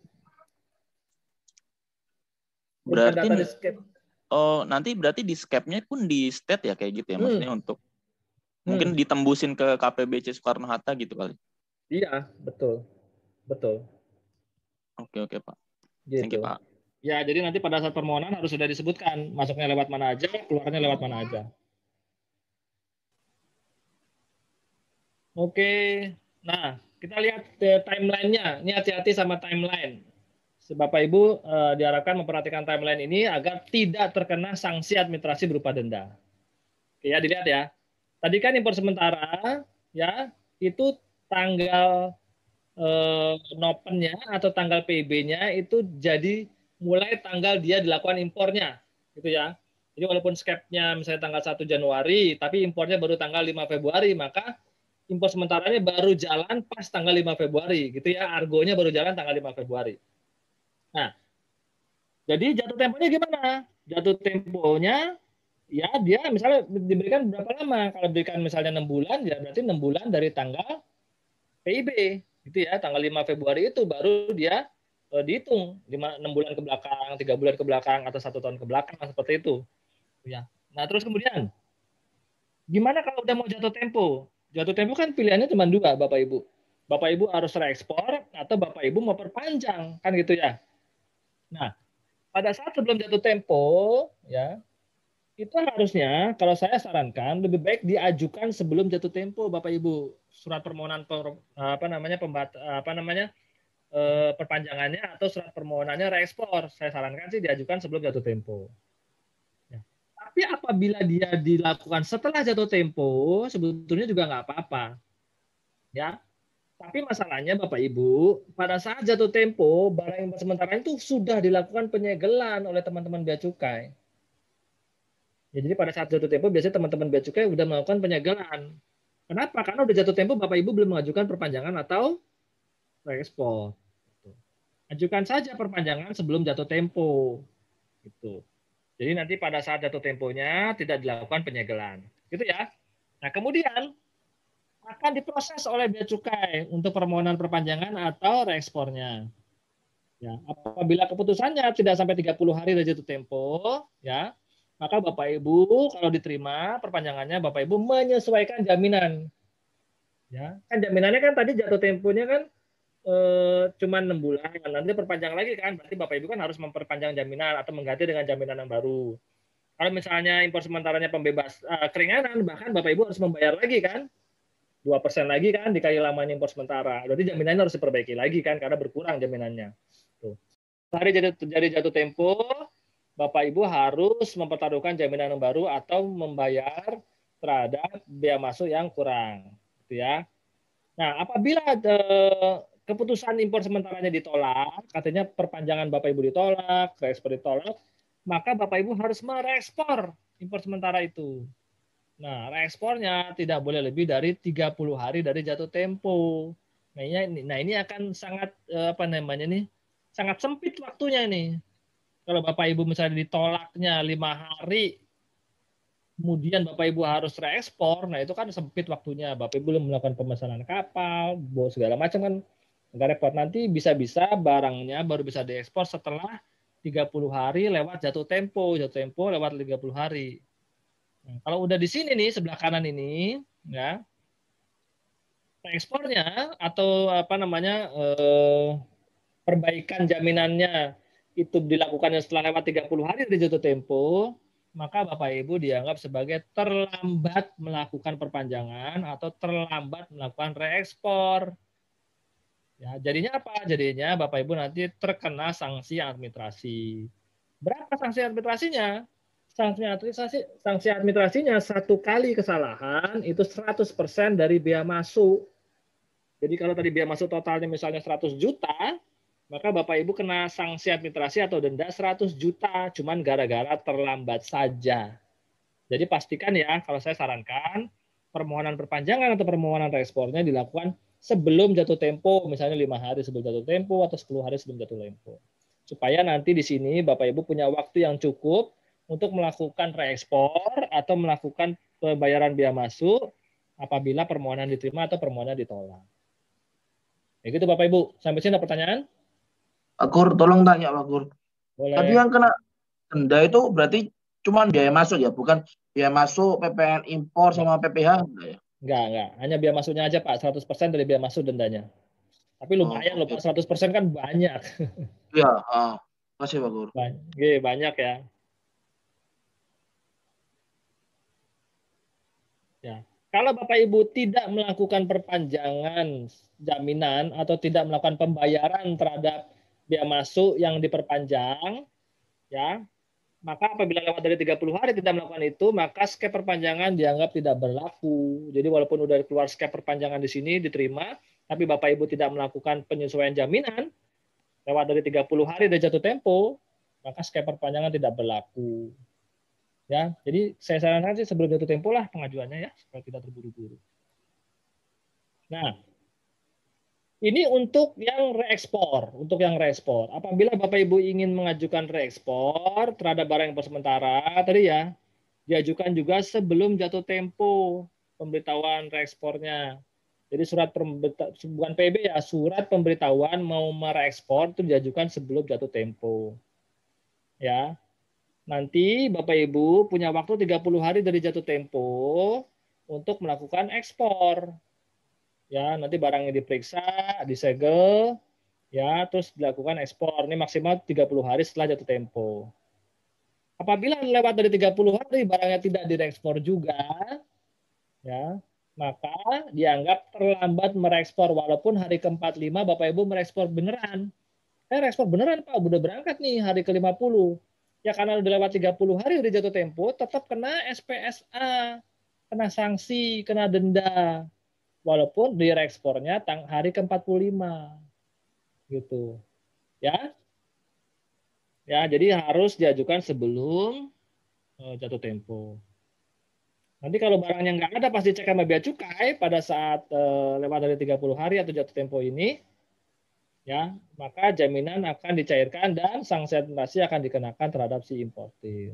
Berarti di oh nanti berarti di skepnya pun di state ya kayak gitu ya, maksudnya hmm. untuk hmm. mungkin ditembusin ke K P B C Soekarno-Hatta gitu kali. Iya, betul, betul. Oke oke Pak. Gitu. Thank you, Pak. Ya, jadi nanti pada saat permohonan harus sudah disebutkan masuknya lewat mana aja, keluarnya lewat mana aja. Oke, nah kita lihat timelinenya. Ini hati-hati sama timeline. Bapak Ibu eh, diharapkan memperhatikan timeline ini agar tidak terkena sanksi administrasi berupa denda. Oke ya, dilihat ya. Tadi kan impor sementara, ya itu tanggal eh, nopennya atau tanggal P I B-nya itu jadi mulai tanggal dia dilakukan impornya, gitu ya. Jadi walaupun skepnya misalnya tanggal satu Januari, tapi impornya baru tanggal lima Februari, maka impor sementaranya baru jalan pas tanggal lima Februari, gitu ya. Argonya baru jalan tanggal lima Februari. Nah, jadi jatuh temponya gimana? Jatuh temponya, ya dia misalnya diberikan berapa lama? Kalau diberikan misalnya enam bulan, ya berarti enam bulan dari tanggal P I B, gitu ya. Tanggal lima Februari itu baru dia eh, dihitung enam bulan ke belakang, tiga bulan ke belakang, atau satu tahun ke belakang, seperti itu. Ya. Nah, terus kemudian, gimana kalau udah mau jatuh tempo? Jatuh tempo kan pilihannya cuma dua, Bapak Ibu. Bapak Ibu harus reekspor atau Bapak Ibu mau perpanjang, kan gitu ya. Nah, pada saat sebelum jatuh tempo, ya itu harusnya kalau saya sarankan lebih baik diajukan sebelum jatuh tempo, Bapak Ibu. Surat permohonan per, apa namanya pembat, apa namanya eh, perpanjangannya atau surat permohonannya reekspor. Saya sarankan sih diajukan sebelum jatuh tempo. Ya. Tapi apabila dia dilakukan setelah jatuh tempo, sebetulnya juga nggak apa-apa. Ya. Tapi masalahnya Bapak Ibu, pada saat jatuh tempo, barang impor sementara itu sudah dilakukan penyegelan oleh teman-teman bea cukai. Ya, jadi pada saat jatuh tempo, biasanya teman-teman bea cukai sudah melakukan penyegelan. Kenapa? Karena udah jatuh tempo, Bapak Ibu belum mengajukan perpanjangan atau reekspor. Ajukan saja perpanjangan sebelum jatuh tempo. Gitu. Jadi nanti pada saat jatuh temponya tidak dilakukan penyegelan. Gitu ya. Nah, kemudian akan diproses oleh bea cukai untuk permohonan perpanjangan atau reekspornya. Ya, apabila keputusannya tidak sampai tiga puluh hari dari jatuh tempo, ya, maka Bapak Ibu kalau diterima perpanjangannya Bapak Ibu menyesuaikan jaminan. Ya, kan jaminannya kan tadi jatuh temponya kan eh, cuma enam bulan, nanti perpanjang lagi kan, berarti Bapak Ibu kan harus memperpanjang jaminan atau mengganti dengan jaminan yang baru. Kalau misalnya impor sementaranya pembebas eh, keringanan, bahkan Bapak Ibu harus membayar lagi kan, dua persen lagi kan dikali lamanya impor sementara. Berarti jaminannya harus diperbaiki lagi kan, karena berkurang jaminannya. Tuh. Hari jadi terjadi jatuh tempo, Bapak Ibu harus mempertaruhkan jaminan yang baru atau membayar terhadap biaya masuk yang kurang, gitu ya. Nah, apabila eh, keputusan impor sementaranya ditolak, katanya perpanjangan Bapak Ibu ditolak, reekspor ditolak, maka Bapak Ibu harus mereekspor impor sementara itu. Nah, reekspornya tidak boleh lebih dari tiga puluh hari dari jatuh tempo. Nah, ini, nah, ini akan sangat eh, apa namanya nih? Sangat sempit waktunya nih. Kalau Bapak Ibu misalnya ditolaknya lima hari, kemudian Bapak Ibu harus reekspor, nah itu kan sempit waktunya. Bapak Ibu belum melakukan pemesanan kapal, bawa segala macam kan, nggak repot. Nanti bisa-bisa barangnya baru bisa diekspor setelah tiga puluh hari lewat jatuh tempo. Jatuh tempo lewat tiga puluh hari. Nah, kalau udah di sini nih, sebelah kanan ini, ya, reekspornya atau apa namanya, eh, perbaikan jaminannya itu dilakukannya setelah lewat tiga puluh hari dari jatuh tempo, maka Bapak Ibu dianggap sebagai terlambat melakukan perpanjangan atau terlambat melakukan reekspor. Ya, jadinya apa? Jadinya Bapak Ibu nanti terkena sanksi administrasi. Berapa sanksi administrasinya? Sanksi administrasi, sanksi administrasinya satu kali kesalahan itu seratus persen dari biaya masuk. Jadi kalau tadi biaya masuk totalnya misalnya seratus juta, maka Bapak Ibu kena sanksi administrasi atau denda seratus juta, cuman gara-gara terlambat saja. Jadi pastikan ya, kalau saya sarankan, permohonan perpanjangan atau permohonan reekspornya dilakukan sebelum jatuh tempo, misalnya lima hari sebelum jatuh tempo atau sepuluh hari sebelum jatuh tempo. Supaya nanti di sini Bapak Ibu punya waktu yang cukup untuk melakukan reekspor atau melakukan pembayaran biaya masuk apabila permohonan diterima atau permohonan ditolak. Ya gitu Bapak Ibu. Sampai sini ada pertanyaan? Pak Gur, tolong tanya Pak Gur. Boleh. Tadi yang kena denda itu berarti cuma biaya masuk ya, bukan biaya masuk, P P N impor sama P P H enggak ya? Enggak, enggak. Hanya biaya masuknya aja Pak, seratus persen dari biaya masuk dendanya. Tapi lumayan Oh, loh Pak, seratus persen kan banyak. Iya, ah. Makasih Pak Gur. Banyak, banyak ya. Ya. Kalau Bapak Ibu tidak melakukan perpanjangan jaminan atau tidak melakukan pembayaran terhadap biaya masuk yang diperpanjang, ya, maka apabila lewat dari tiga puluh hari tidak melakukan itu, maka skep perpanjangan dianggap tidak berlaku. Jadi walaupun udah keluar skep perpanjangan di sini diterima, tapi Bapak Ibu tidak melakukan penyesuaian jaminan lewat dari tiga puluh hari dari jatuh tempo, maka skep perpanjangan tidak berlaku. Ya, jadi saya sarankan sih sebelum jatuh tempo lah pengajuannya ya, supaya tidak terburu-buru. Nah, ini untuk yang reekspor, untuk yang reekspor. Apabila Bapak Ibu ingin mengajukan reekspor terhadap barang impor sementara, tadi ya, diajukan juga sebelum jatuh tempo pemberitahuan reekspornya. Jadi surat bukan P B ya, surat pemberitahuan mau mereekspor itu diajukan sebelum jatuh tempo. Ya. Nanti Bapak Ibu punya waktu tiga puluh hari dari jatuh tempo untuk melakukan ekspor. Ya, nanti barangnya diperiksa, disegel, ya, terus dilakukan ekspor. Ini maksimal tiga puluh hari setelah jatuh tempo. Apabila lewat dari tiga puluh hari barangnya tidak diekspor juga, ya, maka dianggap terlambat merekspor walaupun hari ke empat puluh lima Bapak Ibu merekspor beneran. Eh, rekspor beneran Pak, udah berangkat nih hari ke lima puluh. Ya karena udah lewat tiga puluh hari udah jatuh tempo, tetap kena S P S A, kena sanksi, kena denda. Walaupun direkspornya hari ke empat puluh lima. Gitu. Ya. Ya, jadi harus diajukan sebelum uh, jatuh tempo. Nanti kalau barangnya nggak ada pasti cek sama bea cukai pada saat uh, lewat dari tiga puluh hari atau jatuh tempo ini. Ya, maka jaminan akan dicairkan dan sanksi administrasi akan dikenakan terhadap si importir.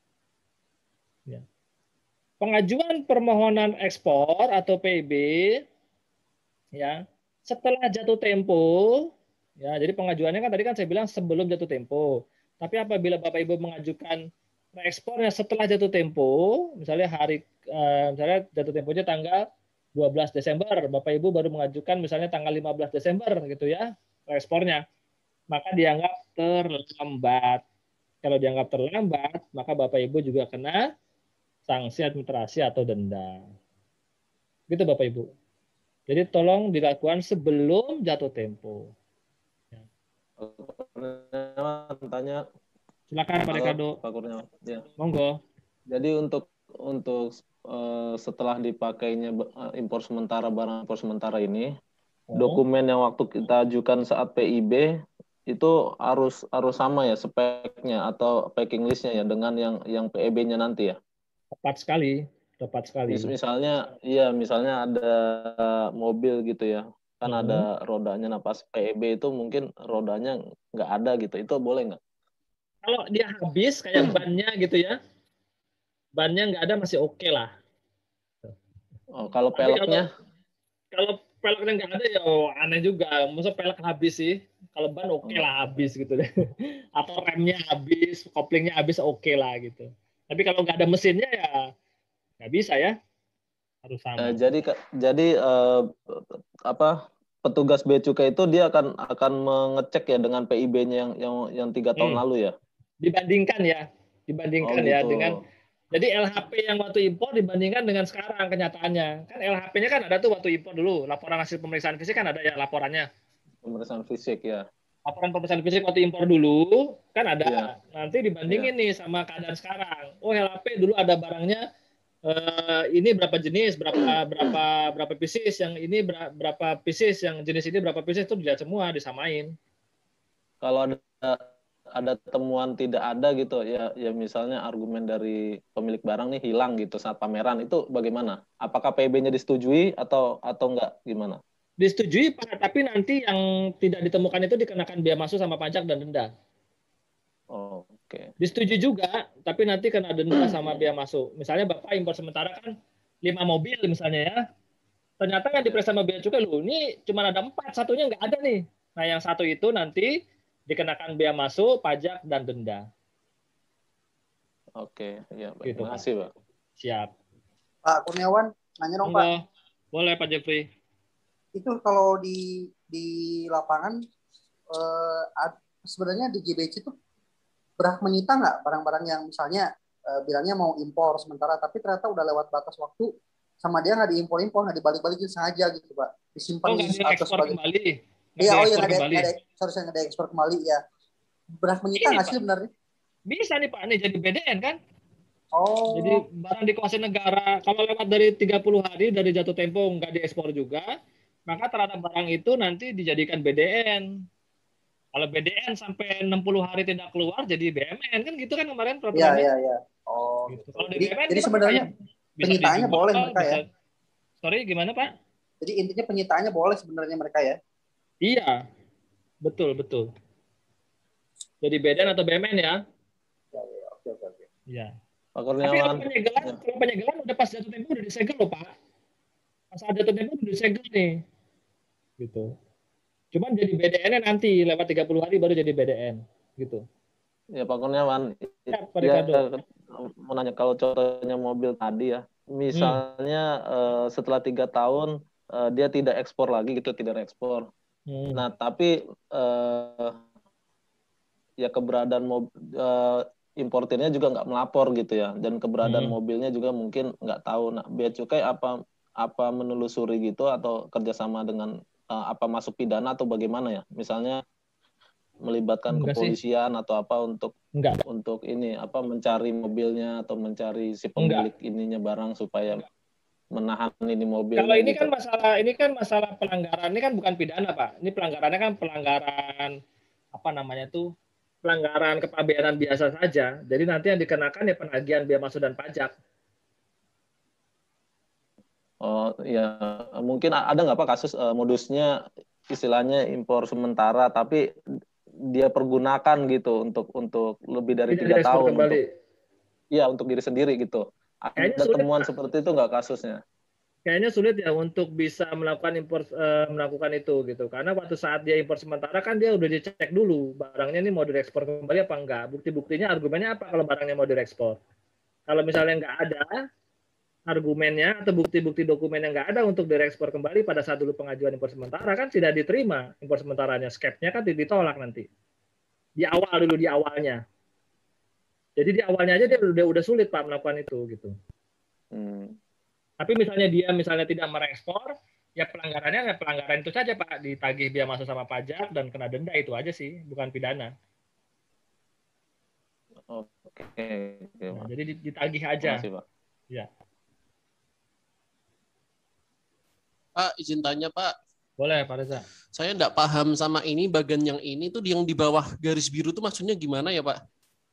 Ya. Pengajuan permohonan ekspor atau P I B, ya, setelah jatuh tempo, Ya, jadi pengajuannya kan tadi kan saya bilang sebelum jatuh tempo. Tapi apabila Bapak Ibu mengajukan reekspornya setelah jatuh tempo, misalnya hari eh, misalnya jatuh temponya tanggal dua belas Desember, Bapak Ibu baru mengajukan misalnya tanggal lima belas Desember gitu ya, reekspornya, maka dianggap terlambat. Kalau dianggap terlambat, maka Bapak Ibu juga kena sanksi administrasi atau denda. Gitu Bapak Ibu. Jadi tolong dilakukan sebelum jatuh tempo. Tanya. Silakan Pak Ricardo. Pak Kurniawan. Ya. Monggo. Jadi untuk untuk uh, setelah dipakainya uh, impor sementara barang impor sementara ini, oh. dokumen yang waktu kita ajukan saat P I B itu harus harus sama ya speknya atau packing listnya ya dengan yang yang P E B-nya nanti ya. Tepat sekali, tepat sekali. Mis misalnya, iya misalnya ada mobil gitu ya, kan hmm. ada rodanya. Nah pas P E B itu mungkin rodanya nggak ada gitu, itu boleh nggak? Kalau dia habis kayak bannya gitu ya, bannya nggak ada masih oke okay lah. Oh, kalau peleknya? Kalau, kalau peleknya nggak ada ya oh, aneh juga. Masa pelek habis sih? Kalau ban oke okay lah habis gitu deh. Atau remnya habis, koplingnya habis oke okay lah gitu. Tapi kalau nggak ada mesinnya ya nggak bisa ya. Harus sama. Eh, jadi jadi eh, apa? Petugas bea cukai itu dia akan akan mengecek ya dengan P I B-nya yang yang yang tiga tahun hmm. lalu ya. Dibandingkan ya, dibandingkan oh, ya gitu. Dengan jadi L H P yang waktu impor dibandingkan dengan sekarang kenyataannya. Kan L H P-nya kan ada tuh waktu impor dulu, laporan hasil pemeriksaan fisik kan ada ya laporannya. Pemeriksaan fisik ya. Laporan pemeriksaan fisik waktu impor dulu kan ada. Ya. Nanti dibandingin ya. nih sama keadaan sekarang. Oh L H P dulu ada barangnya Uh, ini berapa jenis, berapa berapa berapa pieces, yang ini berapa pieces, yang jenis ini berapa pieces, itu dilihat semua, disamain. Kalau ada ada temuan tidak ada gitu ya, ya misalnya argumen dari pemilik barang nih hilang gitu saat pameran, itu bagaimana? Apakah P I B-nya disetujui atau atau enggak gimana? Disetujui Pak, tapi nanti yang tidak ditemukan itu dikenakan bea masuk sama pajak dan denda. Oh, oke. Okay. Disetujui juga, tapi nanti kena denda sama bea masuk. Misalnya Bapak impor sementara kan lima mobil misalnya ya. Ternyata kan diperiksa sama bea cukai, loh ini cuma ada empat, satunya nggak ada nih. Nah yang satu itu nanti dikenakan bea masuk, pajak, dan denda. Oke, ya baik. Gitu, Terima kasih Pak. Siap. Pak Kurniawan, nanya dong Pak. Boleh Pak Jeffrey. Itu kalau di di lapangan eh, sebenarnya di G B C itu berhak menyita nggak barang-barang yang misalnya e, bilangnya mau impor sementara tapi ternyata udah lewat batas waktu sama dia nggak diimpor-impor, nggak dibalik-balikin sengaja gitu Pak, disimpan oh, di atau sebagai kembali. Iya, oh iya nggak ada, ada, seharusnya nggak ada ekspor kembali ya. Berhak menyita nggak sih sebenarnya? Bisa nih Pak, nih jadi B D N kan? Oh. Jadi barang dikuasai negara kalau lewat dari tiga puluh hari dari jatuh tempo nggak diekspor juga, maka terhadap barang itu nanti dijadikan B D N. Kalau B D N sampai enam puluh hari tidak keluar jadi B M N kan gitu kan kemarin peraturannya. Iya, iya, iya. Oh. Gitu. Kalau jadi, B M N jadi sebenarnya penyitaannya boleh mereka bisa, ya. Sorry, gimana Pak? Jadi intinya penyitaannya boleh sebenarnya mereka ya. Iya. Betul, betul. Jadi B D N atau B M N ya? Ya, ya, oke, oke, oke. Iya. Pak Tapi kalau penyegelan, ya. kalau penyegelan udah pas jatuh tempo udah disegel loh Pak. Pas ada jatuh tempo udah disegel nih. Gitu. Cuman jadi B D N-nya nanti lewat tiga puluh hari baru jadi B D N gitu. Ya Pak Kurniawan, ya, ya, mau nanya kalau contohnya mobil tadi ya, misalnya hmm. uh, setelah tiga tahun uh, dia tidak ekspor lagi gitu, tidak ekspor. Hmm. Nah tapi uh, ya keberadaan mobil uh, importirnya juga nggak melapor gitu ya, dan keberadaan hmm. mobilnya juga mungkin nggak tahu. Nah bea cukai apa apa menelusuri gitu atau kerjasama dengan Uh, apa masuk pidana atau bagaimana ya? Misalnya melibatkan Enggak kepolisian sih. Atau apa untuk Enggak. untuk ini apa mencari mobilnya atau mencari si pemilik Enggak. ininya barang supaya Enggak. menahan ini mobil. Kalau ini gitu. kan masalah ini kan masalah pelanggaran, ini kan bukan pidana Pak. Ini pelanggarannya kan pelanggaran apa namanya tuh pelanggaran kepabeanan biasa saja. Jadi nanti yang dikenakan ya penagihan bea masuk dan pajak. Oh ya, mungkin ada nggak Pak kasus uh, modusnya istilahnya impor sementara tapi dia pergunakan gitu untuk untuk lebih dari tiga tahun kembali. Untuk, ya untuk diri sendiri gitu. Ada temuan seperti itu nggak kasusnya? kayaknya sulit ya untuk bisa melakukan impor uh, melakukan itu gitu. Karena waktu saat dia impor sementara kan dia udah dicek dulu barangnya ini mau diekspor kembali apa enggak. Bukti-buktinya argumennya apa kalau barangnya mau diekspor. Kalau misalnya enggak ada argumennya atau bukti-bukti dokumen yang enggak ada untuk diekspor kembali pada saat dulu pengajuan impor sementara kan tidak diterima impor sementaranya. Skepnya kan ditolak nanti. Di awal dulu di awalnya. Jadi di awalnya aja dia udah udah sulit Pak melakukan itu gitu. Hmm. Tapi misalnya dia misalnya tidak merekspor, ya pelanggarannya ya pelanggaran itu saja Pak, ditagih biaya masuk sama pajak dan kena denda itu aja sih, bukan pidana. Oke. Oke nah, jadi ditagih aja. Makasih, Pak. Ya. Pak, izin tanya Pak. Boleh Pak Reza. Saya enggak paham sama ini bagian yang ini tuh yang di bawah garis biru tuh maksudnya gimana ya Pak?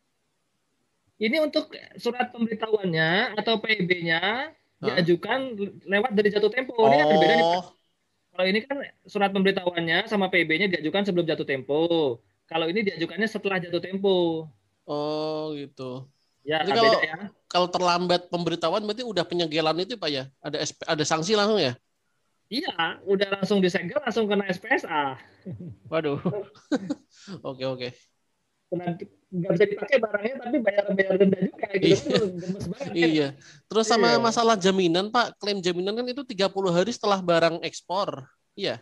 Ini untuk surat pemberitahuannya atau P I B-nya diajukan lewat dari jatuh tempo. Ini kan berbeda nih Pak. Kalau ini kan surat pemberitahuannya sama P I B-nya diajukan sebelum jatuh tempo. Kalau ini diajukannya setelah jatuh tempo. Oh gitu. Ya, kalau, beda ya. Kalau terlambat pemberitahuan berarti udah penyegelan itu Pak ya? Ada ada sanksi langsung ya? Iya, udah langsung disegel, langsung kena S P S A. Waduh. Oke oke. Nggak bisa dipakai barangnya tapi bayar-bayar denda juga gitu. Iya. Gemes banget. Iya. Terus sama iya. masalah jaminan Pak, klaim jaminan kan itu tiga puluh hari setelah barang ekspor. Iya.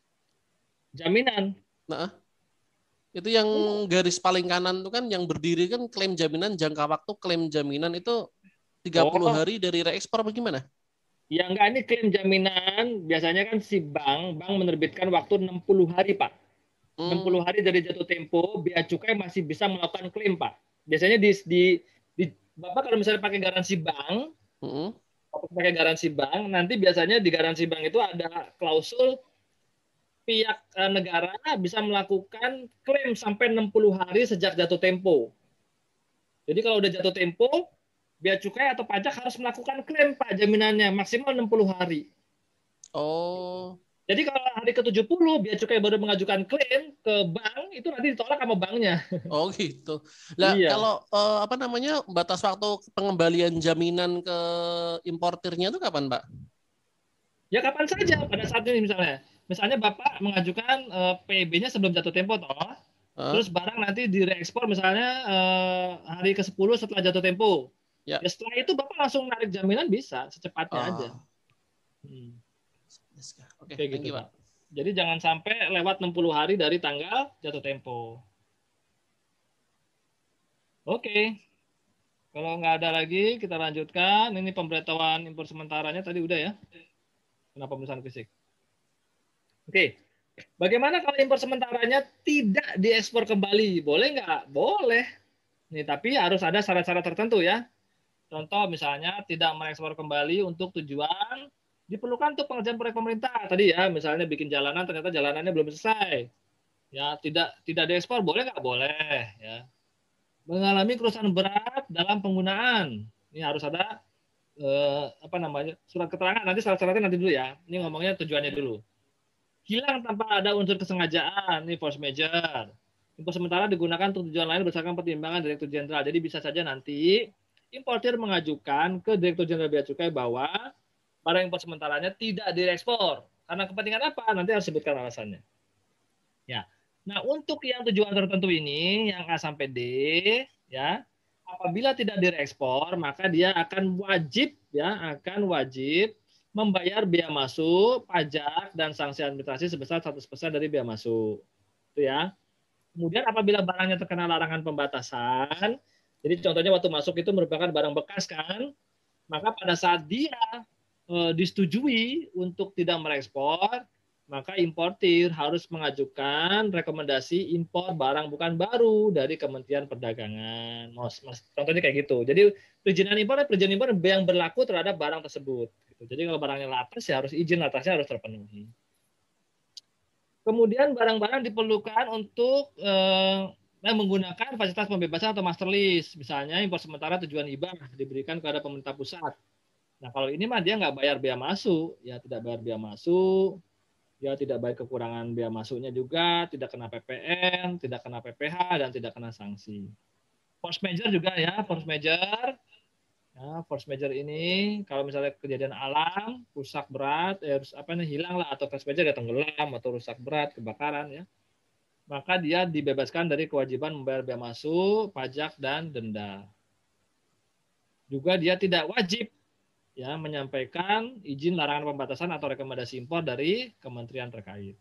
Jaminan. Nah. Itu yang garis paling kanan itu kan yang berdiri kan klaim jaminan jangka waktu klaim jaminan itu tiga puluh oh. hari dari reekspor bagaimana? Ya enggak, ini klaim jaminan biasanya kan si bank bank menerbitkan waktu enam puluh hari, Pak. enam puluh hari dari jatuh tempo, bea cukai masih bisa melakukan klaim, Pak. Biasanya di, di, di Bapak kalau misalnya pakai garansi bank, uh-huh. pakai garansi bank, nanti biasanya di garansi bank itu ada klausul pihak negara bisa melakukan klaim sampai enam puluh hari sejak jatuh tempo. Jadi kalau udah jatuh tempo, bea cukai atau pajak harus melakukan klaim, Pak, jaminannya maksimal enam puluh hari. Oh. Jadi kalau hari ke tujuh puluh bea cukai baru mengajukan klaim ke bank, itu nanti ditolak sama banknya. Oh gitu. Lah iya. Kalau uh, apa namanya batas waktu pengembalian jaminan ke importirnya itu kapan, Pak? Ya kapan saja pada saat ini misalnya. Misalnya Bapak mengajukan uh, P I B-nya sebelum jatuh tempo toh. Uh. Terus barang nanti direekspor misalnya uh, hari ke sepuluh setelah jatuh tempo. Ya. Ya setelah itu Bapak langsung narik jaminan bisa secepatnya uh. aja. Hmm. Oke, okay, gitu, Pak. Jadi jangan sampai lewat enam puluh hari dari tanggal jatuh tempo. Oke. Okay. Kalau nggak ada lagi, kita lanjutkan. Ini pemberitahuan impor sementaranya tadi udah ya. Kenapa pemeriksaan fisik? Oke. Okay. Bagaimana kalau impor sementaranya tidak diekspor kembali? Boleh nggak? Boleh. Nih, tapi harus ada syarat-syarat tertentu ya. Contoh misalnya tidak mengekspor kembali untuk tujuan diperlukan untuk pengerjaan proyek pemerintah tadi ya, misalnya bikin jalanan ternyata jalanannya belum selesai, ya tidak tidak diekspor boleh nggak? Boleh ya. Mengalami kerusakan berat dalam penggunaan, ini harus ada eh, apa namanya surat keterangan, nanti syarat-syaratnya nanti dulu ya. Ini ngomongnya tujuannya dulu. Hilang tanpa ada unsur kesengajaan, ini force majeure. Impor sementara digunakan untuk tujuan lain berdasarkan pertimbangan Direktur Jenderal. Jadi bisa saja nanti importir mengajukan ke Direktur Jenderal Bea Cukai bahwa barang impor sementaranya tidak diekspor. Karena kepentingan apa? Nanti harus sebutkan alasannya. Ya. Nah, untuk yang tujuan tertentu ini, yang A sampai D, ya, apabila tidak diekspor, maka dia akan wajib, ya, akan wajib membayar bea masuk, pajak, dan sanksi administrasi sebesar seratus persen dari bea masuk. Itu ya. Kemudian apabila barangnya terkena larangan pembatasan, jadi contohnya waktu masuk itu merupakan barang bekas kan, maka pada saat dia disetujui untuk tidak merekspor, maka importir harus mengajukan rekomendasi impor barang bukan baru dari Kementerian Perdagangan. Mas, mas, contohnya kayak gitu. Jadi perizinan impor perizinan impor yang berlaku terhadap barang tersebut. Jadi kalau barangnya latas ya harus izin latasnya harus terpenuhi. Kemudian barang-barang diperlukan untuk eh, menggunakan fasilitas pembebasan atau master list. Misalnya impor sementara tujuan hibah diberikan kepada pemerintah pusat. Nah, kalau ini mah dia nggak bayar bea masuk, ya tidak bayar bea masuk, ya tidak bayar kekurangan bea masuknya juga, tidak kena P P N, tidak kena P P H, dan tidak kena sanksi. Force majeure juga ya, force majeure. Nah, force major ini kalau misalnya kejadian alam, rusak berat, ya apa nih hilang lah, atau force major ya tenggelam atau rusak berat, kebakaran ya, maka dia dibebaskan dari kewajiban membayar bea masuk, pajak dan denda. Juga dia tidak wajib ya menyampaikan izin larangan pembatasan atau rekomendasi impor dari kementerian terkait.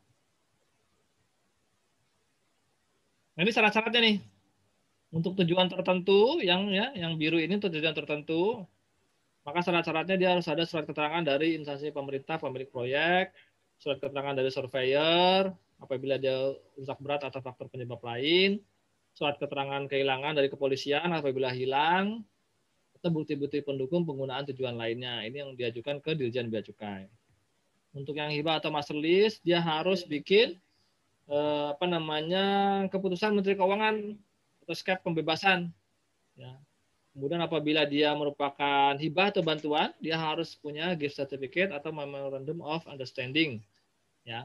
Nah, ini syarat-syaratnya nih. Untuk tujuan tertentu yang ya yang biru ini untuk tujuan tertentu, maka syarat-syaratnya dia harus ada surat keterangan dari instansi pemerintah pemilik proyek, surat keterangan dari surveyor apabila dia rusak berat atau faktor penyebab lain, surat keterangan kehilangan dari kepolisian apabila hilang, atau bukti-bukti pendukung penggunaan tujuan lainnya. Ini yang diajukan ke Dirjen Bea Cukai. Untuk yang hibah atau master list, dia harus bikin eh, apa namanya keputusan Menteri Keuangan atau S K A P pembebasan. Ya. Kemudian apabila dia merupakan hibah atau bantuan, dia harus punya gift certificate atau memorandum of understanding. Ya.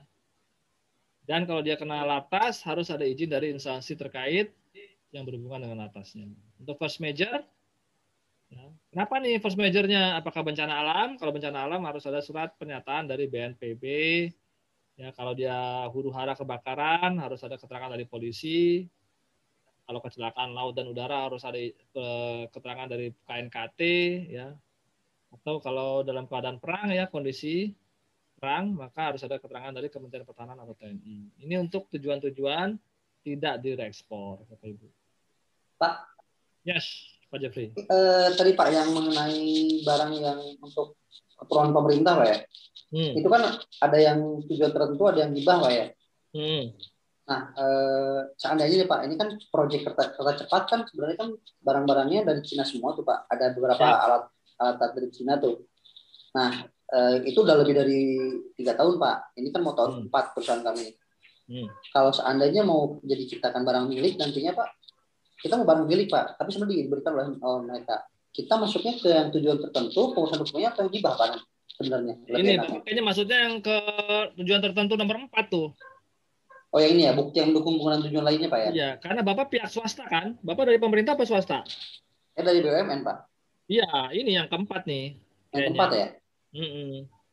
Dan kalau dia kena latas, harus ada izin dari instansi terkait yang berhubungan dengan atasnya. Untuk force major, ya. Kenapa nih force majornya? Apakah bencana alam? Kalau bencana alam harus ada surat pernyataan dari B N P B. Ya, kalau dia huru hara kebakaran, harus ada keterangan dari polisi. Kalau kecelakaan laut dan udara harus ada keterangan dari K N K T, ya. Atau kalau dalam keadaan perang ya kondisi perang, maka harus ada keterangan dari Kementerian Pertahanan atau T N I. Ini untuk tujuan-tujuan tidak direkspor, Bapak Ibu. Pak. Yes, Pak Jeffrey. Eh, tadi Pak yang mengenai barang yang untuk keperluan pemerintah, Pak ya. Hmm. Itu kan ada yang tujuan tertentu, ada yang hibah, Pak ya. Hmm. Nah, eh, seandainya nih Pak, ini kan proyek kereta, kereta cepat kan sebenarnya kan barang-barangnya dari Cina semua tuh Pak. Ada beberapa Siap. alat alat dari Cina tuh. Nah, eh, itu udah lebih dari tiga tahun Pak. Ini kan mau tahun keempat hmm. perusahaan kami. Hmm. Kalau seandainya mau jadi ciptakan barang milik nantinya Pak, kita mau barang milik Pak, tapi sebenarnya diberikan oleh oh, mereka. Kita masuknya ke yang tujuan tertentu, pengurusan dokumennya atau yang hibah Pak sebenarnya. Ini kayaknya maksudnya yang ke tujuan tertentu nomor empat tuh. Oh yang ini ya, bukti yang mendukung penggunaan tujuan lainnya Pak ya? Iya, karena Bapak pihak swasta kan? Bapak dari pemerintah apa swasta? Ya dari B U M N Pak. Iya, ini yang keempat nih. Yang kayaknya. keempat ya? Mm-hmm.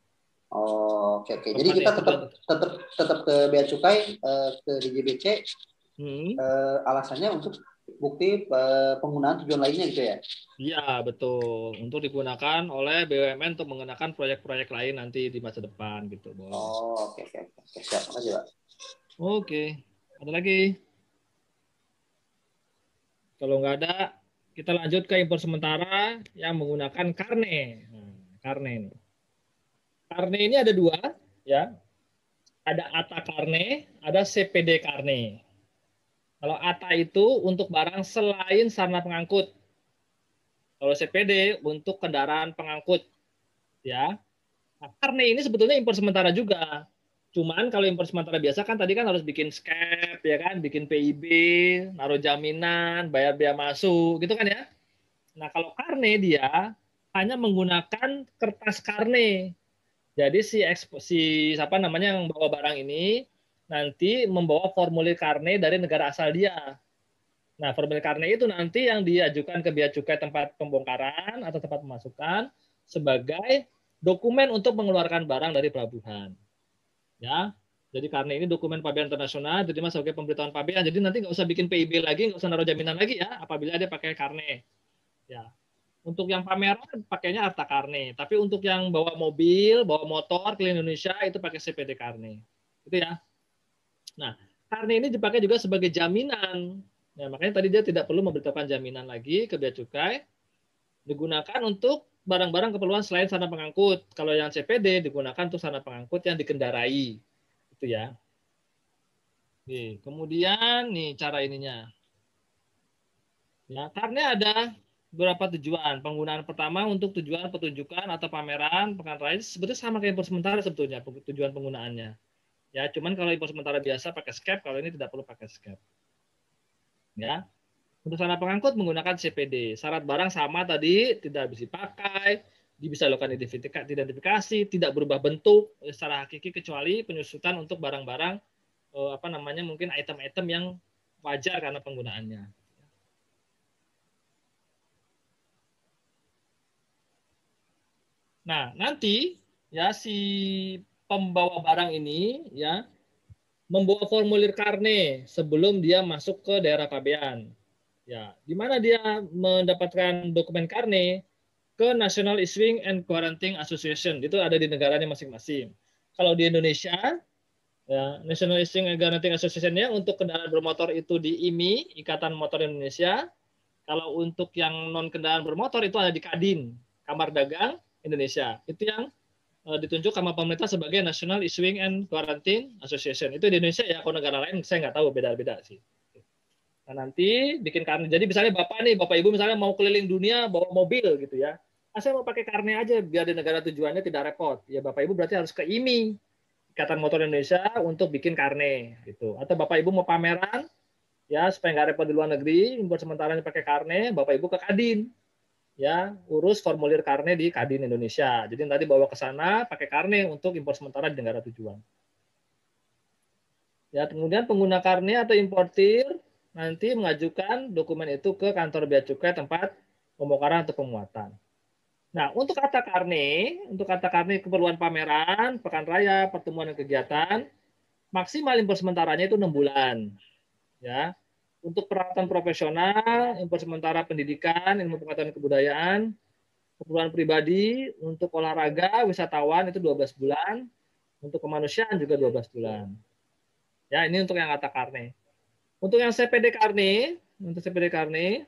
Oh, oke oke. Jadi kita ya, tetap tetap tetap ke Bea Cukai, eh, ke D J B C, hmm. eh, alasannya untuk bukti eh, penggunaan tujuan lainnya gitu ya? Iya betul. Untuk digunakan oleh B U M N untuk mengenakan proyek-proyek lain nanti di masa depan gitu. Boleh. Oh oke oke oke. Siap, makasih Pak. Oke, ada lagi? Kalau nggak ada, kita lanjut ke impor sementara yang menggunakan karne. Nah, karne. Karne ini ada dua, ya. Ada A T A karne, ada C P D karne. Kalau A T A itu untuk barang selain sarana pengangkut. Kalau C P D untuk kendaraan pengangkut, ya. Nah, karne ini sebetulnya impor sementara juga. Cuman kalau impor sementara biasa kan tadi kan harus bikin S K A P ya kan, bikin P I B, naruh jaminan, bayar bea masuk, gitu kan ya. Nah, kalau karne dia hanya menggunakan kertas karne. Jadi si ekspo, si siapa namanya yang bawa barang ini nanti membawa formulir karne dari negara asal dia. Nah, formulir karne itu nanti yang diajukan ke bea cukai tempat pembongkaran atau tempat pemasukan sebagai dokumen untuk mengeluarkan barang dari pelabuhan. Ya, jadi karena ini dokumen pabean internasional, diterima sebagai pemberitahuan pabean. Jadi nanti nggak usah bikin P I B lagi, nggak usah naruh jaminan lagi ya, apabila dia pakai karne. Ya, untuk yang pameran pakainya Arta karne, tapi untuk yang bawa mobil, bawa motor keliling Indonesia itu pakai C P D karne. Itu ya. Nah, karne ini dipakai juga sebagai jaminan. Nah, makanya tadi dia tidak perlu memberitahukan jaminan lagi ke bea cukai. Digunakan untuk barang-barang keperluan selain sarana pengangkut. Kalau yang C P D digunakan untuk sarana pengangkut yang dikendarai. Itu ya. Nih, kemudian nih cara ininya. Ya, karena ada beberapa tujuan. Penggunaan pertama untuk tujuan pertunjukan atau pameran, pekan raya sebetulnya sama kayak impor sementara sebetulnya tujuan penggunaannya. Ya, cuman kalau impor sementara biasa pakai S K A P, kalau ini tidak perlu pakai S K A P. Ya. Untuk sarana pengangkut menggunakan C P D. Syarat barang sama tadi, tidak bisa dipakai, bisa dilakukan identifikasi, tidak berubah bentuk secara hakiki kecuali penyusutan untuk barang-barang apa namanya mungkin item-item yang wajar karena penggunaannya. Nah, nanti ya si pembawa barang ini ya membawa formulir karne sebelum dia masuk ke daerah pabean. Ya, di mana dia mendapatkan dokumen karne? Ke National Issuing and Guaranteeing Association. Itu ada di negaranya masing-masing. Kalau di Indonesia, ya, National Issuing and Guaranteeing Association-nya untuk kendaraan bermotor itu di I M I, Ikatan Motor Indonesia. Kalau untuk yang non kendaraan bermotor itu ada di Kadin, Kamar Dagang Indonesia. Itu yang uh, ditunjuk sama pemerintah sebagai National Issuing and Guaranteeing Association. Itu di Indonesia ya, kalau negara lain saya nggak tahu, beda-beda sih. Nah, nanti bikin karne. Jadi misalnya Bapak nih, Bapak Ibu misalnya mau keliling dunia bawa mobil gitu ya. Ah, saya mau pakai karne aja biar di negara tujuannya tidak repot. Ya Bapak Ibu berarti harus ke I M I, Ikatan Motor Indonesia, untuk bikin karne gitu. Atau Bapak Ibu mau pameran ya supaya nggak repot di luar negeri, impor sementaranya pakai karne, Bapak Ibu ke Kadin. Ya, urus formulir karne di Kadin Indonesia. Jadi nanti bawa ke sana pakai karne untuk impor sementara di negara tujuan. Ya, kemudian pengguna karne atau importir nanti mengajukan dokumen itu ke kantor bea cukai tempat pembongkaran atau pemuatan. Nah, untuk kata karne, untuk kata karne keperluan pameran, pekan raya, pertemuan dan kegiatan, maksimal impor sementaranya itu enam bulan. Ya. Untuk peralatan profesional, impor sementara pendidikan, ilmu pengetahuan kebudayaan, keperluan pribadi, untuk olahraga, wisatawan itu dua belas bulan, untuk kemanusiaan juga dua belas bulan. Ya, ini untuk yang kata karne. Untuk yang C P D karne, untuk C P D karne,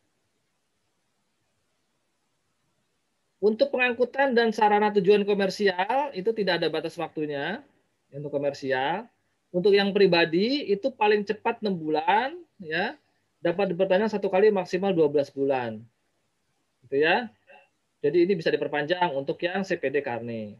untuk pengangkutan dan sarana tujuan komersial itu tidak ada batas waktunya untuk komersial. Untuk yang pribadi itu paling cepat enam bulan, ya, dapat diperpanjang satu kali maksimal dua belas bulan, gitu ya. Jadi ini bisa diperpanjang untuk yang C P D karne.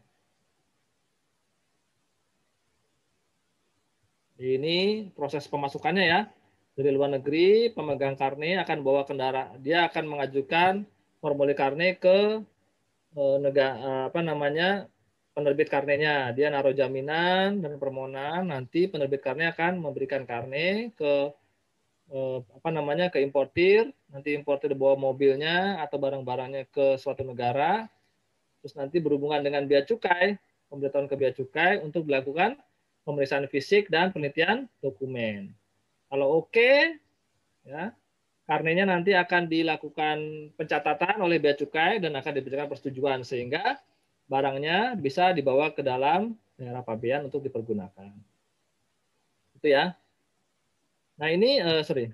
Ini proses pemasukannya ya. Dari luar negeri, pemegang karne akan bawa kendaraan, dia akan mengajukan formulir karne ke negara apa namanya penerbit karnenya. Dia naruh jaminan dan permohonan, nanti penerbit karne akan memberikan karne ke apa namanya ke importir, nanti importir bawa mobilnya atau barang-barangnya ke suatu negara, terus nanti berhubungan dengan bea cukai, pemberitahuan ke bea cukai untuk dilakukan pemeriksaan fisik dan penelitian dokumen. Kalau oke, ya, karnenya nanti akan dilakukan pencatatan oleh bea cukai dan akan diberikan persetujuan sehingga barangnya bisa dibawa ke dalam daerah pabean untuk dipergunakan. Itu ya. Nah ini, uh, sorry.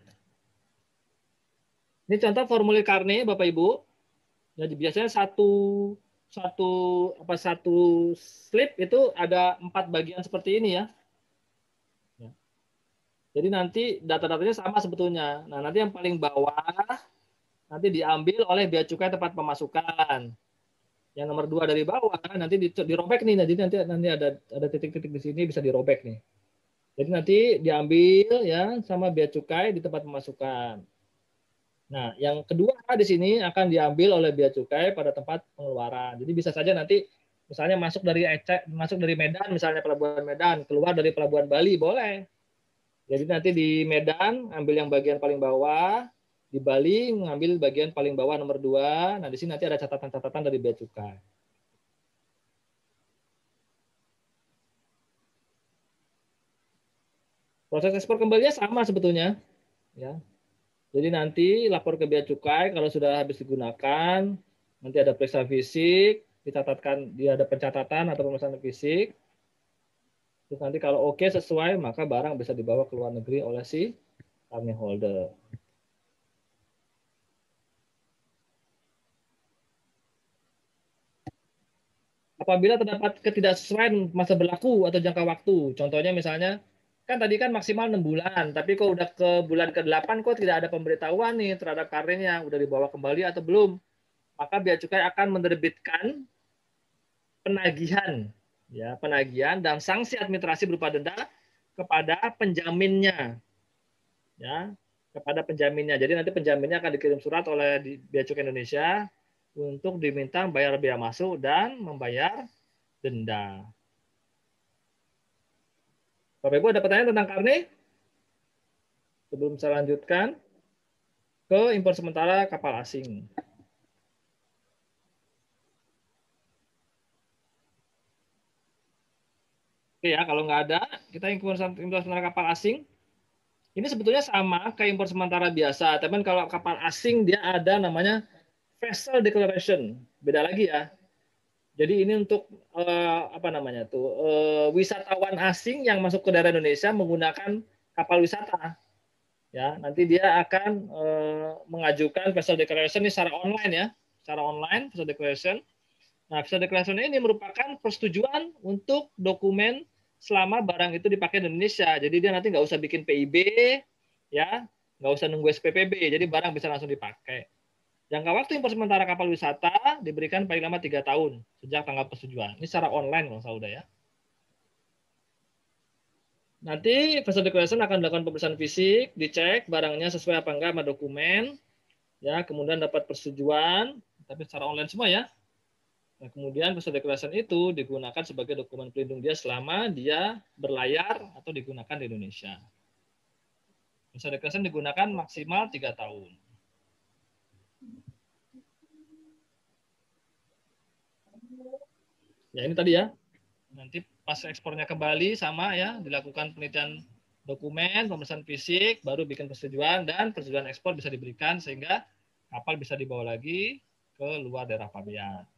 Ini contoh formulir karne, Bapak Ibu. Jadi biasanya satu satu apa satu slip itu ada empat bagian seperti ini ya. Jadi nanti data-datanya sama sebetulnya. Nah, nanti yang paling bawah nanti diambil oleh bea cukai tempat pemasukan. Yang nomor dua dari bawah nanti dirobek nih. Jadi nanti nanti ada ada titik-titik di sini bisa dirobek nih. Jadi nanti diambil ya sama bea cukai di tempat pemasukan. Nah, yang kedua di sini akan diambil oleh bea cukai pada tempat pengeluaran. Jadi bisa saja nanti misalnya masuk dari Aceh, masuk dari Medan, misalnya pelabuhan Medan, keluar dari pelabuhan Bali boleh. Jadi nanti di Medan ambil yang bagian paling bawah, di Bali mengambil bagian paling bawah nomor dua. Nah di sini nanti ada catatan-catatan dari bea cukai. Proses ekspor kembalinya sama sebetulnya, ya. Jadi nanti lapor ke bea cukai kalau sudah habis digunakan, nanti ada periksa fisik, dicatatkan dia ada pencatatan atau pemeriksaan fisik. Terus nanti kalau oke sesuai, maka barang bisa dibawa ke luar negeri oleh si karne holder. Apabila terdapat ketidaksesuaian masa berlaku atau jangka waktu, contohnya misalnya, kan tadi kan maksimal enam bulan, tapi kok udah ke bulan ke delapan kok tidak ada pemberitahuan nih terhadap karnenya, udah dibawa kembali atau belum, maka bea cukai akan menerbitkan penagihan. Ya, penagihan dan sanksi administrasi berupa denda kepada penjaminnya, ya, kepada penjaminnya. Jadi nanti penjaminnya akan dikirim surat oleh Bea Cukai Indonesia untuk diminta bayar bea masuk dan membayar denda. Bapak Ibu ada pertanyaan tentang karne? Sebelum saya lanjutkan ke impor sementara kapal asing. Oke ya, kalau nggak ada, kita impor sementara kapal asing. Ini sebetulnya sama kayak impor sementara biasa, tapi kalau kapal asing dia ada namanya vessel declaration, beda lagi ya. Jadi ini untuk eh, apa namanya tuh eh, wisatawan asing yang masuk ke daerah Indonesia menggunakan kapal wisata. Ya, nanti dia akan eh, mengajukan vessel declaration ini secara online ya, secara online vessel declaration. Nah, vessel declaration ini merupakan persetujuan untuk dokumen selama barang itu dipakai di Indonesia. Jadi dia nanti nggak usah bikin P I B, ya, nggak usah nunggu S P P B. Jadi barang bisa langsung dipakai. Jangka waktu impor sementara kapal wisata diberikan paling lama tiga tahun sejak tanggal persetujuan. Ini secara online kalau saya udah ya. Nanti vessel declaration akan dilakukan pemeriksaan fisik, dicek barangnya sesuai apa enggak sama dokumen, ya, kemudian dapat persetujuan, tapi secara online semua ya. Nah, kemudian vessel declaration itu digunakan sebagai dokumen pelindung dia selama dia berlayar atau digunakan di Indonesia. Vessel declaration digunakan maksimal tiga tahun. Ya ini tadi ya. Nanti pas ekspornya ke Bali sama ya, dilakukan penelitian dokumen, pemeriksaan fisik, baru bikin persetujuan dan persetujuan ekspor bisa diberikan sehingga kapal bisa dibawa lagi ke luar daerah pabean.